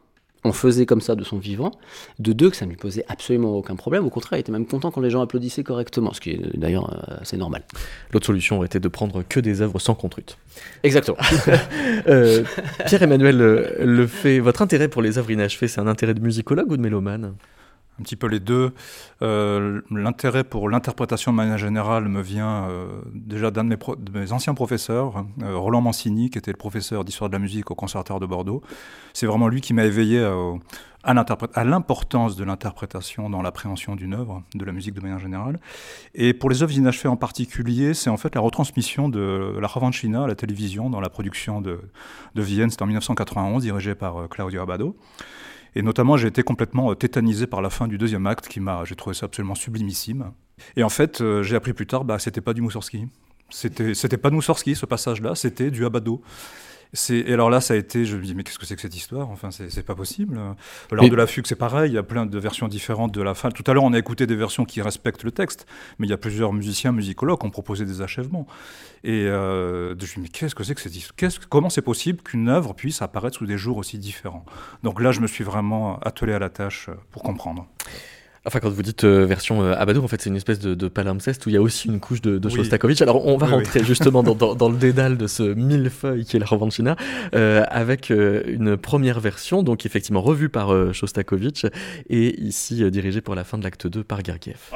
on faisait comme ça de son vivant, de deux, que ça ne lui posait absolument aucun problème, au contraire, il était même content quand les gens applaudissaient correctement, ce qui est d'ailleurs assez normal. L'autre solution aurait été de prendre que des œuvres sans contrute. Exactement. Pierre-Emmanuel Lefebvre, votre intérêt pour les œuvres inachevées, c'est un intérêt de musicologue ou de mélomane ? Un petit peu les deux. L'intérêt pour l'interprétation de manière générale me vient déjà d'un de mes anciens professeurs, Roland Mancini, qui était le professeur d'histoire de la musique au Conservatoire de Bordeaux. C'est vraiment lui qui m'a éveillé à l'importance de l'interprétation dans l'appréhension d'une œuvre, de la musique de manière générale. Et pour les œuvres inachevées en particulier, c'est en fait la retransmission de la Ravanchina à la télévision dans la production de Vienne, c'était en 1991, dirigée par Claudio Abbado. Et notamment, j'ai été complètement tétanisé par la fin du deuxième acte, j'ai trouvé ça absolument sublimissime. Et en fait, j'ai appris plus tard, c'était pas du Moussorgsky. C'était pas de Moussorgsky, ce passage-là, c'était du Abbado. Et alors là, ça a été, je me dis, mais qu'est-ce que c'est que cette histoire ? Enfin, c'est pas possible. Lors de la fugue, c'est pareil, il y a plein de versions différentes de la fin. Tout à l'heure, on a écouté des versions qui respectent le texte, mais il y a plusieurs musicologues qui ont proposé des achèvements. Et je me dis, mais qu'est-ce que c'est que cette histoire ? Comment c'est possible qu'une œuvre puisse apparaître sous des jours aussi différents ? Donc là, je me suis vraiment attelé à la tâche pour comprendre. Enfin, quand vous dites version Abbado, en fait, c'est une espèce de palimpseste où il y a aussi une couche de Shostakovich. Alors, on va rentrer justement dans le dédale de ce millefeuille qui est la Ravanchina, avec une première version, donc effectivement revue par Shostakovich, et ici dirigée pour la fin de l'acte 2 par Gergiev.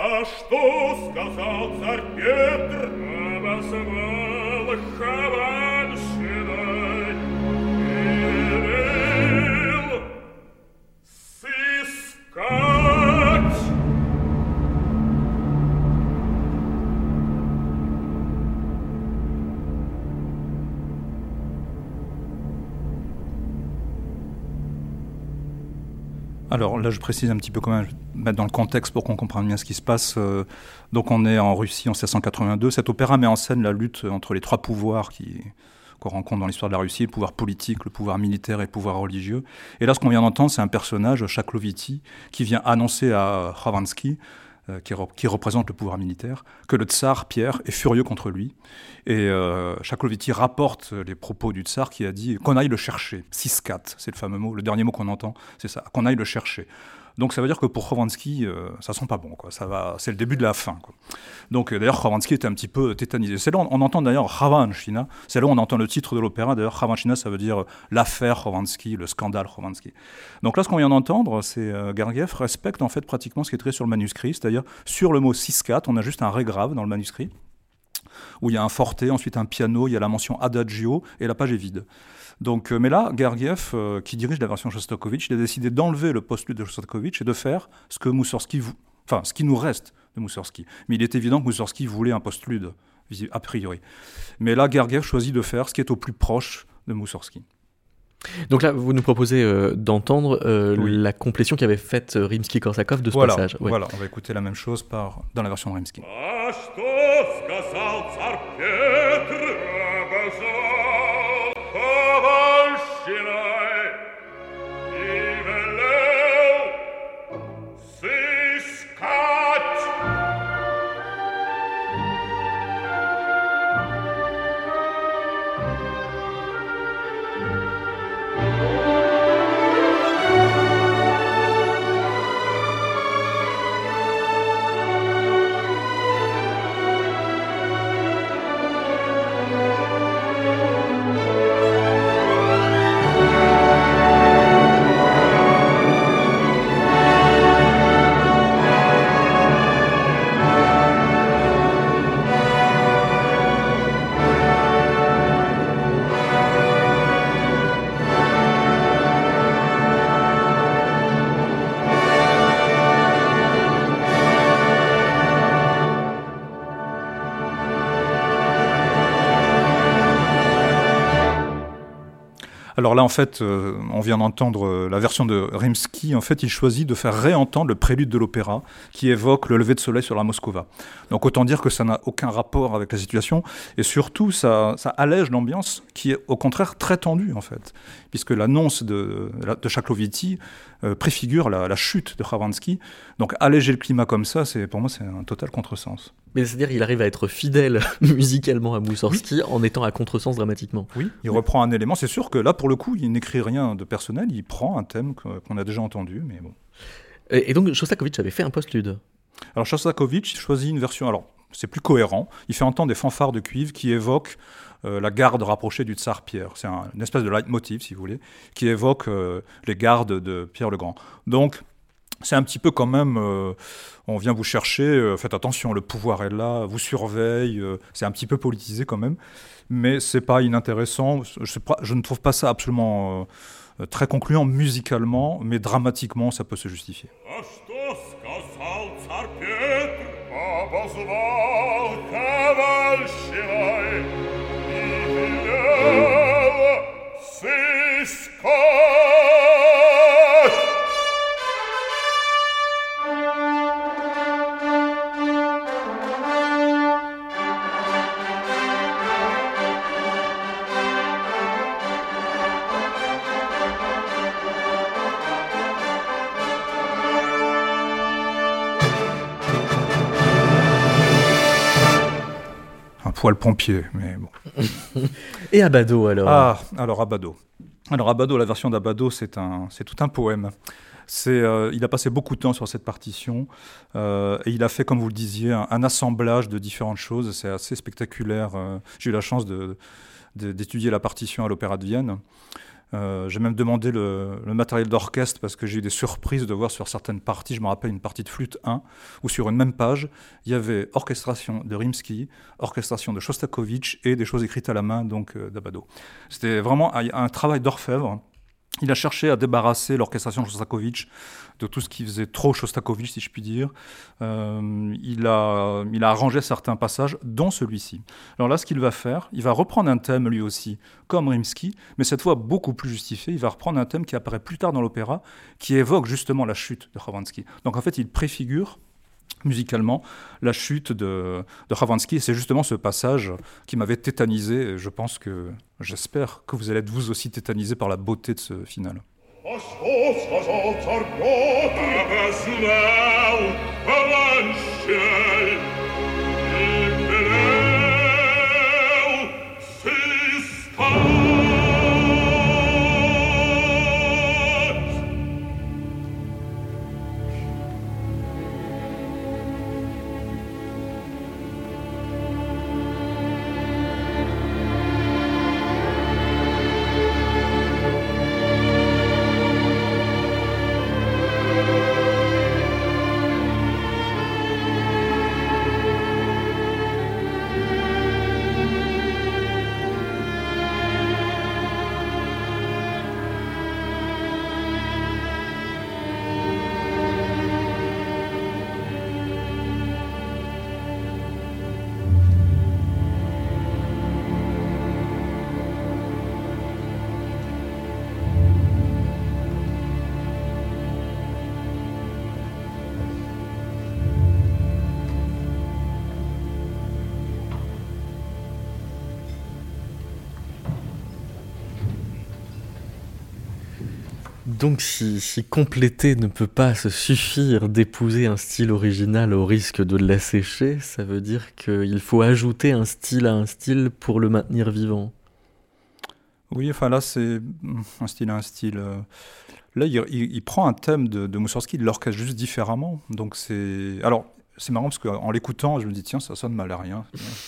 Alors là, je précise un petit peu quand même, mettre dans le contexte pour qu'on comprenne bien ce qui se passe. Donc on est en Russie en 1682. Cet opéra met en scène la lutte entre les trois pouvoirs qu'on rencontre dans l'histoire de la Russie, le pouvoir politique, le pouvoir militaire et le pouvoir religieux. Et là, ce qu'on vient d'entendre, c'est un personnage, Chaklovityi, qui vient annoncer à Khovansky, qui représente le pouvoir militaire, que le tsar, Pierre, est furieux contre lui. Et Chaklovityi rapporte les propos du tsar qui a dit qu'on aille le chercher. Siskat, c'est le fameux mot, le dernier mot qu'on entend, c'est ça, qu'on aille le chercher. Donc ça veut dire que pour Khovansky, ça sent pas bon, quoi. C'est le début de la fin, quoi. Donc d'ailleurs, Khovansky était un petit peu tétanisé. C'est là où on entend d'ailleurs Ravanchina, c'est là où on entend le titre de l'opéra. D'ailleurs, Ravanchina, ça veut dire l'affaire Khovansky, le scandale Khovansky. Donc là, ce qu'on vient d'entendre, c'est Gergiev respecte en fait pratiquement ce qui est écrit sur le manuscrit, c'est-à-dire sur le mot siskat, on a juste un ré grave dans le manuscrit, où il y a un forte, ensuite un piano, il y a la mention adagio, et la page est vide. Donc, mais là, Gergiev, qui dirige la version Shostakovich, il a décidé d'enlever le postlude de Shostakovich et de faire ce que Moussorgsky, ce qui nous reste de Moussorgsky. Mais il est évident que Moussorgsky voulait un postlude, a priori. Mais là, Gergiev choisit de faire ce qui est au plus proche de Moussorgsky. Donc là, vous nous proposez d'entendre la complétion qu'avait faite Rimsky-Korsakov de ce passage. Ouais. Voilà, on va écouter la même chose dans la version de Rimsky. Alors là, en fait, on vient d'entendre la version de Rimsky. En fait, il choisit de faire réentendre le prélude de l'opéra qui évoque le lever de soleil sur la Moskova. Donc autant dire que ça n'a aucun rapport avec la situation. Et surtout, ça allège l'ambiance qui est au contraire très tendue, en fait. Puisque l'annonce de Chaklovityi préfigure la chute de Khovansky. Donc alléger le climat comme ça, pour moi, c'est un total contresens. Mais c'est-à-dire qu'il arrive à être fidèle musicalement à Moussorgsky en étant à contresens dramatiquement. Oui, il reprend un élément. C'est sûr que là, pour le coup, il n'écrit rien de personnel, il prend un thème qu'on a déjà entendu, mais bon. Et donc Shostakovich avait fait un postlude. Alors Shostakovich choisit une version, alors c'est plus cohérent, il fait entendre des fanfares de cuivre qui évoquent la garde rapprochée du tsar Pierre. C'est une espèce de leitmotiv, si vous voulez, qui évoque les gardes de Pierre le Grand. Donc, c'est un petit peu quand même, on vient vous chercher, faites attention, le pouvoir est là, vous surveille, c'est un petit peu politisé quand même, mais c'est pas inintéressant, je ne trouve pas ça absolument très concluant musicalement, mais dramatiquement, ça peut se justifier. Poil pompier, mais bon. Et Abbado alors Alors Abbado. Alors Abbado, la version d'Abbado, c'est tout un poème. Il a passé beaucoup de temps sur cette partition et il a fait, comme vous le disiez, un assemblage de différentes choses. C'est assez spectaculaire. J'ai eu la chance d'étudier la partition à l'Opéra de Vienne. J'ai même demandé le matériel d'orchestre parce que j'ai eu des surprises de voir sur certaines parties. Je me rappelle une partie de flûte 1 où sur une même page, il y avait orchestration de Rimsky, orchestration de Shostakovich et des choses écrites à la main, donc d'Abbado. C'était vraiment un travail d'orfèvre. Il a cherché à débarrasser l'orchestration de Shostakovich de tout ce qui faisait trop Shostakovich, si je puis dire. Il a arrangé certains passages, dont celui-ci. Alors là, ce qu'il va faire, il va reprendre un thème, lui aussi, comme Rimsky, mais cette fois beaucoup plus justifié. Il va reprendre un thème qui apparaît plus tard dans l'opéra, qui évoque justement la chute de Khovansky. Donc en fait, il préfigure musicalement la chute de Khovansky. Et c'est justement ce passage qui m'avait tétanisé. Et j'espère que vous allez être vous aussi tétanisé par la beauté de ce final. Donc si compléter ne peut pas se suffire d'épouser un style original au risque de l'assécher, ça veut dire qu'il faut ajouter un style à un style pour le maintenir vivant. Oui, enfin là c'est un style à un style. Là il prend un thème de Moussorgsky, il l'orchestre juste différemment. Donc c'est marrant parce qu'en l'écoutant, je me dis tiens, ça sonne malérien.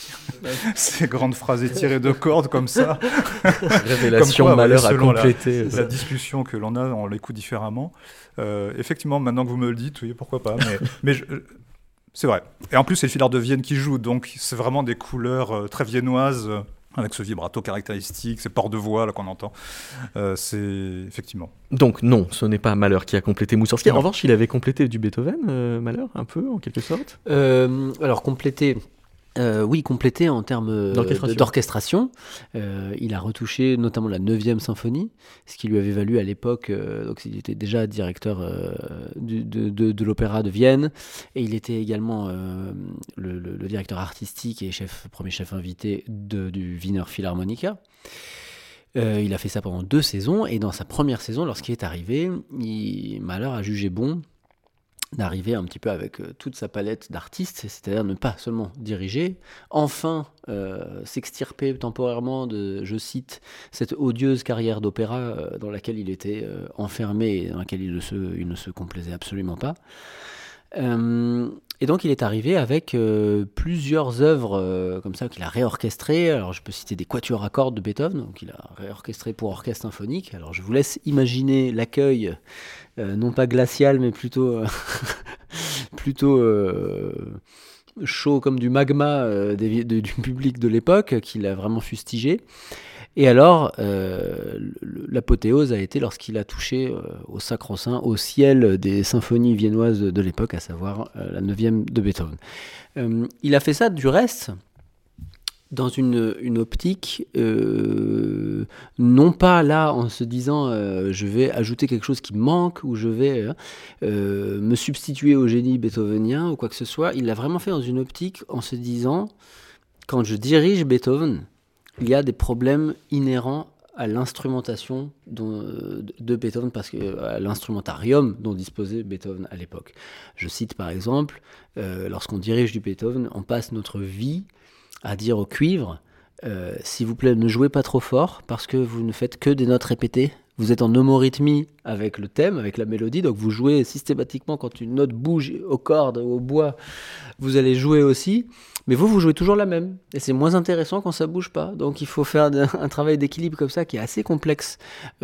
Ces grandes phrases étirées de cordes comme ça. Révélation, comme quoi, malheur à compléter. La discussion que l'on a, on l'écoute différemment. Effectivement, maintenant que vous me le dites, oui, pourquoi pas. Mais c'est vrai. Et en plus, c'est le Filard de Vienne qui joue, donc c'est vraiment des couleurs très viennoises. Avec ce vibrato caractéristique, ces ports de voix là, qu'on entend. C'est effectivement. Donc non, ce n'est pas Mahler qui a complété Moussorgsky. En revanche, il avait complété du Beethoven, Mahler, un peu, en quelque sorte. Alors complété... oui, complété en termes d'orchestration. Il a retouché notamment la 9e symphonie, ce qui lui avait valu à l'époque, donc il était déjà directeur de l'Opéra de Vienne, et il était également le directeur artistique et premier chef invité du Wiener Philharmonica. Il a fait ça pendant 2 saisons, et dans sa première saison, lorsqu'il est arrivé, Mahler a jugé bon d'arriver un petit peu avec toute sa palette d'artistes, c'est-à-dire ne pas seulement diriger, enfin s'extirper temporairement de, je cite, cette odieuse carrière d'opéra dans laquelle il était enfermé et dans laquelle il ne se complaisait absolument pas. Et donc il est arrivé avec plusieurs œuvres comme ça qu'il a réorchestrées. Alors je peux citer des quatuors à cordes de Beethoven, donc il a réorchestré pour orchestre symphonique. Alors je vous laisse imaginer l'accueil, non pas glacial, mais plutôt chaud comme du magma du public de l'époque, qu'il a vraiment fustigé. Et alors, l'apothéose a été lorsqu'il a touché au sacro-saint, au ciel des symphonies viennoises de l'époque, à savoir la 9e de Beethoven. Il a fait ça, du reste, dans une optique, non pas là en se disant je vais ajouter quelque chose qui manque, ou je vais me substituer au génie beethovenien, ou quoi que ce soit. Il l'a vraiment fait dans une optique en se disant, quand je dirige Beethoven, il y a des problèmes inhérents à l'instrumentation de Beethoven, parce que à l'instrumentarium dont disposait Beethoven à l'époque. Je cite par exemple, lorsqu'on dirige du Beethoven, on passe notre vie à dire au cuivre, s'il vous plaît, ne jouez pas trop fort, parce que vous ne faites que des notes répétées. Vous êtes en homorythmie avec le thème, avec la mélodie, donc vous jouez systématiquement quand une note bouge aux cordes, au bois, vous allez jouer aussi, mais vous jouez toujours la même, et c'est moins intéressant quand ça bouge pas. Donc il faut faire un travail d'équilibre comme ça qui est assez complexe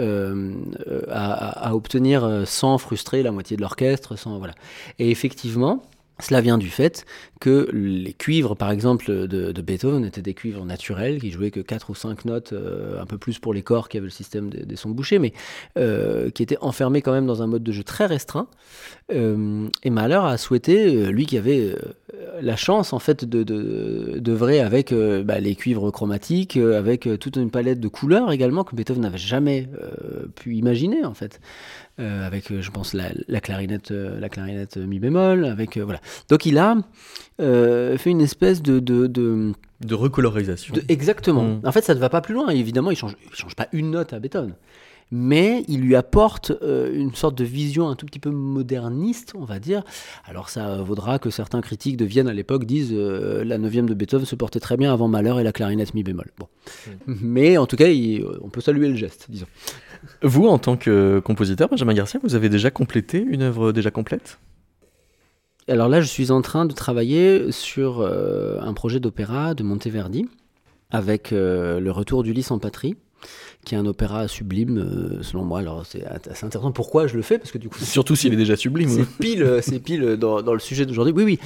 à obtenir sans frustrer la moitié de l'orchestre, voilà. Et effectivement, cela vient du fait que les cuivres, par exemple, de Beethoven étaient des cuivres naturels qui jouaient que 4 ou 5 notes, un peu plus pour les corps qui avaient le système des sons bouchés, mais qui étaient enfermés quand même dans un mode de jeu très restreint. Et Mahler a souhaité, lui qui avait la chance en fait d'œuvrer avec les cuivres chromatiques, avec toute une palette de couleurs également que Beethoven n'avait jamais pu imaginer en fait. Avec, je pense, la clarinette mi bémol, avec voilà. Donc il a fait une espèce de recolorisation. Exactement. En fait, ça ne va pas plus loin. Évidemment, il change pas une note à Beethoven, mais il lui apporte une sorte de vision un tout petit peu moderniste, on va dire. Alors ça vaudra que certains critiques de Vienne à l'époque disent la 9e de Beethoven se portait très bien avant Mahler et la clarinette mi bémol. Bon. Mais en tout cas, on peut saluer le geste, disons. Vous, en tant que compositeur, Benjamin Garcia, vous avez déjà complété une œuvre déjà complète ? Alors là, je suis en train de travailler sur un projet d'opéra de Monteverdi, avec Le Retour d'Ulysse en patrie, qui est un opéra sublime, selon moi. Alors c'est assez intéressant. Pourquoi je le fais ? Parce que du coup, surtout s'il est déjà sublime. C'est pile dans le sujet d'aujourd'hui. Oui.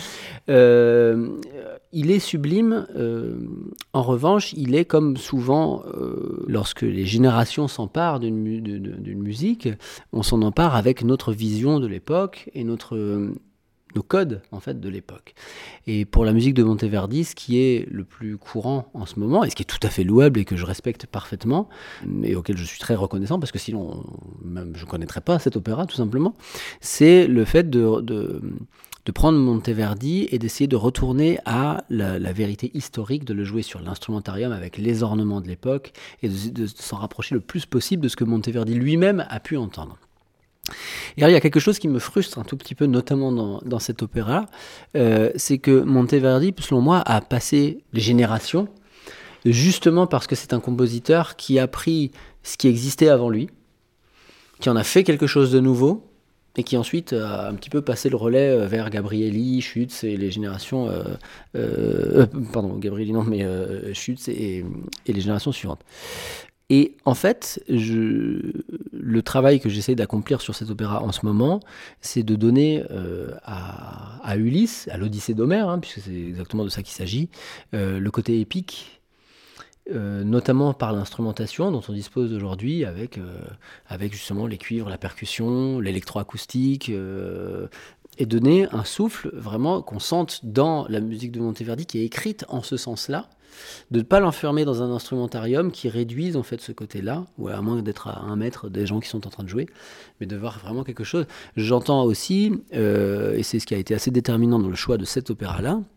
Il est sublime. En revanche, il est comme souvent, lorsque les générations s'emparent d'une musique, on s'en empare avec notre vision de l'époque et nos codes en fait de l'époque. Et pour la musique de Monteverdi, ce qui est le plus courant en ce moment, et ce qui est tout à fait louable et que je respecte parfaitement, et auquel je suis très reconnaissant, parce que sinon même je ne connaîtrais pas cet opéra tout simplement, c'est le fait de prendre Monteverdi et d'essayer de retourner à la vérité historique, de le jouer sur l'instrumentarium avec les ornements de l'époque, et de s'en rapprocher le plus possible de ce que Monteverdi lui-même a pu entendre. Et alors, il y a quelque chose qui me frustre un tout petit peu, notamment dans cet opéra, c'est que Monteverdi, selon moi, a passé les générations, justement parce que c'est un compositeur qui a pris ce qui existait avant lui, qui en a fait quelque chose de nouveau, et qui ensuite a un petit peu passé le relais vers Gabrieli, Schütz et les générations... Gabrieli non, mais Schütz et les générations suivantes. Et en fait, le travail que j'essaie d'accomplir sur cet opéra en ce moment, c'est de donner à Ulysse, à l'Odyssée d'Homère, puisque c'est exactement de ça qu'il s'agit, le côté épique, notamment par l'instrumentation dont on dispose aujourd'hui, avec justement les cuivres, la percussion, l'électroacoustique, et donner un souffle vraiment qu'on sente dans la musique de Monteverdi, qui est écrite en ce sens-là, de ne pas l'enfermer dans un instrumentarium qui réduise en fait ce côté-là, ou à moins d'être à 1 mètre des gens qui sont en train de jouer, mais de voir vraiment quelque chose. J'entends aussi, et c'est ce qui a été assez déterminant dans le choix de cet opéra-là,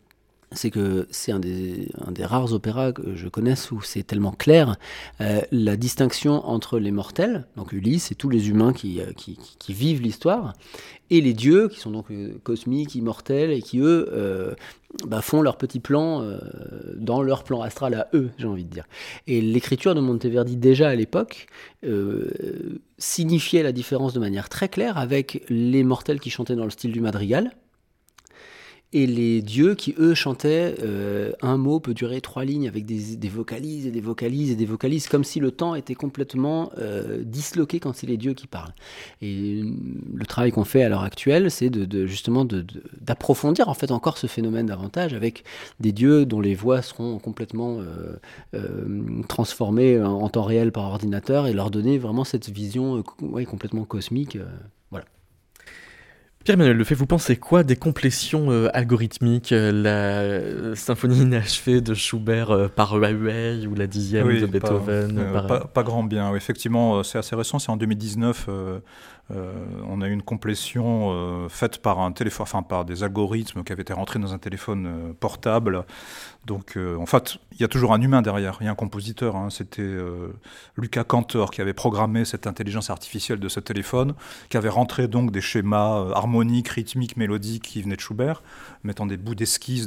c'est que c'est un des rares opéras que je connaisse où c'est tellement clair, la distinction entre les mortels, donc Ulysse et tous les humains qui vivent l'histoire, et les dieux, qui sont donc cosmiques, immortels, et qui, eux, font leur petit plan dans leur plan astral à eux, j'ai envie de dire. Et l'écriture de Monteverdi, déjà à l'époque, signifiait la différence de manière très claire avec les mortels qui chantaient dans le style du madrigal, et les dieux qui, eux, chantaient un mot peut durer 3 lignes avec des vocalises et des vocalises et des vocalises, comme si le temps était complètement disloqué quand c'est les dieux qui parlent. Et le travail qu'on fait à l'heure actuelle, c'est justement d'approfondir en fait encore ce phénomène davantage avec des dieux dont les voix seront complètement transformées en temps réel par ordinateur et leur donner vraiment cette vision complètement cosmique. Voilà. Pierre-Emmanuel Lefebvre, vous pensez quoi des complétions algorithmiques, la symphonie inachevée de Schubert par Huawei ou la 10e de Beethoven pas grand bien. Effectivement, c'est assez récent, c'est en 2019. On a eu une complétion faite par par des algorithmes qui avaient été rentrés dans un téléphone portable. Donc, en fait, il y a toujours un humain derrière, il y a un compositeur. C'était Luca Cantor qui avait programmé cette intelligence artificielle de ce téléphone, qui avait rentré donc des schémas harmoniques, rythmiques, mélodiques qui venaient de Schubert, mettant des bouts d'esquisse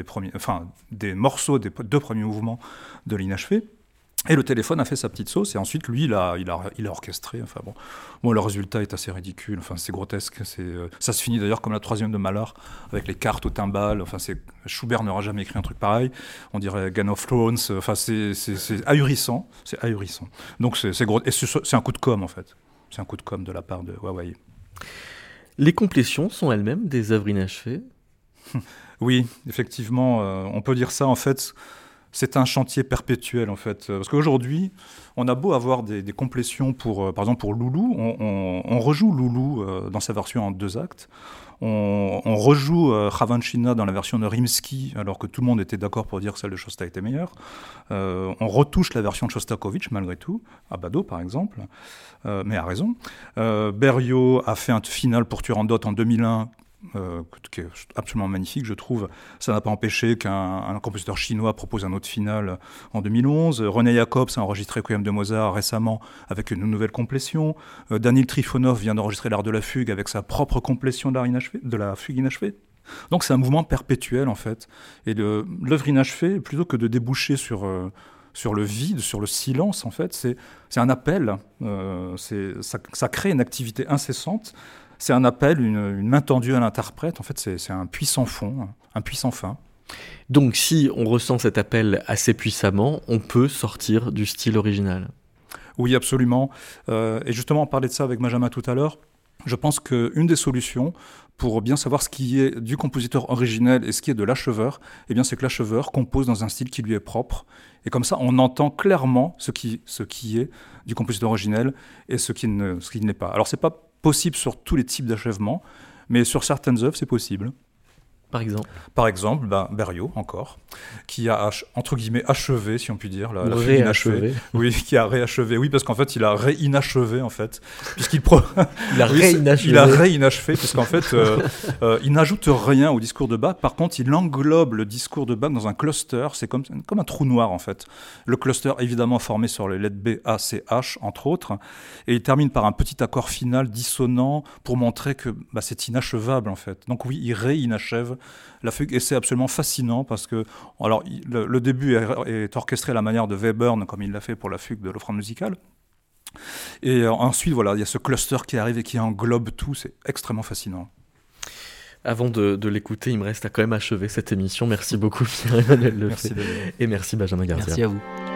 des morceaux des 2 premiers mouvements de l'inachevé. Et le téléphone a fait sa petite sauce, et ensuite, lui, il a orchestré. Le résultat est assez ridicule, c'est grotesque. Ça se finit d'ailleurs comme la 3e de Mahler, avec les cartes au timbales. Schubert n'aura jamais écrit un truc pareil. On dirait Game of Thrones. C'est ahurissant. C'est ahurissant. Donc, c'est un coup de com', en fait. C'est un coup de com' de la part de Huawei. Les complétions sont elles-mêmes des œuvres inachevées ? Oui, effectivement, on peut dire ça, en fait. C'est un chantier perpétuel, en fait. Parce qu'aujourd'hui, on a beau avoir des complétions par exemple pour Loulou, on rejoue Loulou dans sa version en 2 actes. On rejoue Khavanchina dans la version de Rimsky, alors que tout le monde était d'accord pour dire que celle de Shosta était meilleure. On retouche la version de Shostakovich, malgré tout, Abbado par exemple, mais a raison. Berio a fait un final pour Turandot en 2001, qui est absolument magnifique, je trouve. Ça n'a pas empêché qu'un compositeur chinois propose un autre final en 2011. René Jacobs a enregistré Requiem de Mozart récemment avec une nouvelle complétion. Daniil Trifonov vient d'enregistrer l'art de la fugue avec sa propre complétion de la fugue inachevée. Donc c'est un mouvement perpétuel, en fait. Et l'œuvre inachevée, plutôt que de déboucher sur le vide, sur le silence, en fait, c'est un appel. Ça crée une activité incessante. C'est un appel, une main tendue à l'interprète. En fait, c'est un puissant fond, un puissant fin. Donc, si on ressent cet appel assez puissamment, on peut sortir du style original. Oui, absolument. Et justement, on parlait de ça avec Benjamin tout à l'heure. Je pense qu'une des solutions pour bien savoir ce qui est du compositeur originel et ce qui est de l'acheveur, c'est que l'acheveur compose dans un style qui lui est propre. Et comme ça, on entend clairement ce qui est du compositeur originel et ce qui ne l'est pas. Alors, c'est pas possible sur tous les types d'achèvement, mais sur certaines œuvres, c'est possible. Par exemple, Berio, encore, qui a, entre guillemets, achevé, si on peut dire, la fugue inachevée. Oui, qui a réachevé. Oui, parce qu'en fait, il a réinachevé, en fait. Puisqu'il il a réinachevé. Il a réinachevé, puisqu'en fait, il n'ajoute rien au discours de Bach. Par contre, il englobe le discours de Bach dans un cluster. C'est comme un trou noir, en fait. Le cluster, évidemment, formé sur les lettres B, A, C, H, entre autres. Et il termine par un petit accord final dissonant pour montrer que c'est inachevable, en fait. Donc oui, il réinachève la fugue, et c'est absolument fascinant parce que le début est orchestré à la manière de Webern, comme il l'a fait pour la fugue de l'offrande musicale, et ensuite il y a ce cluster qui arrive et qui englobe tout. C'est extrêmement fascinant. Avant de l'écouter, il me reste à quand même achever cette émission. Merci beaucoup Pierre-Emmanuel Lefebvre, et merci Benjamin Garcia. Merci à vous.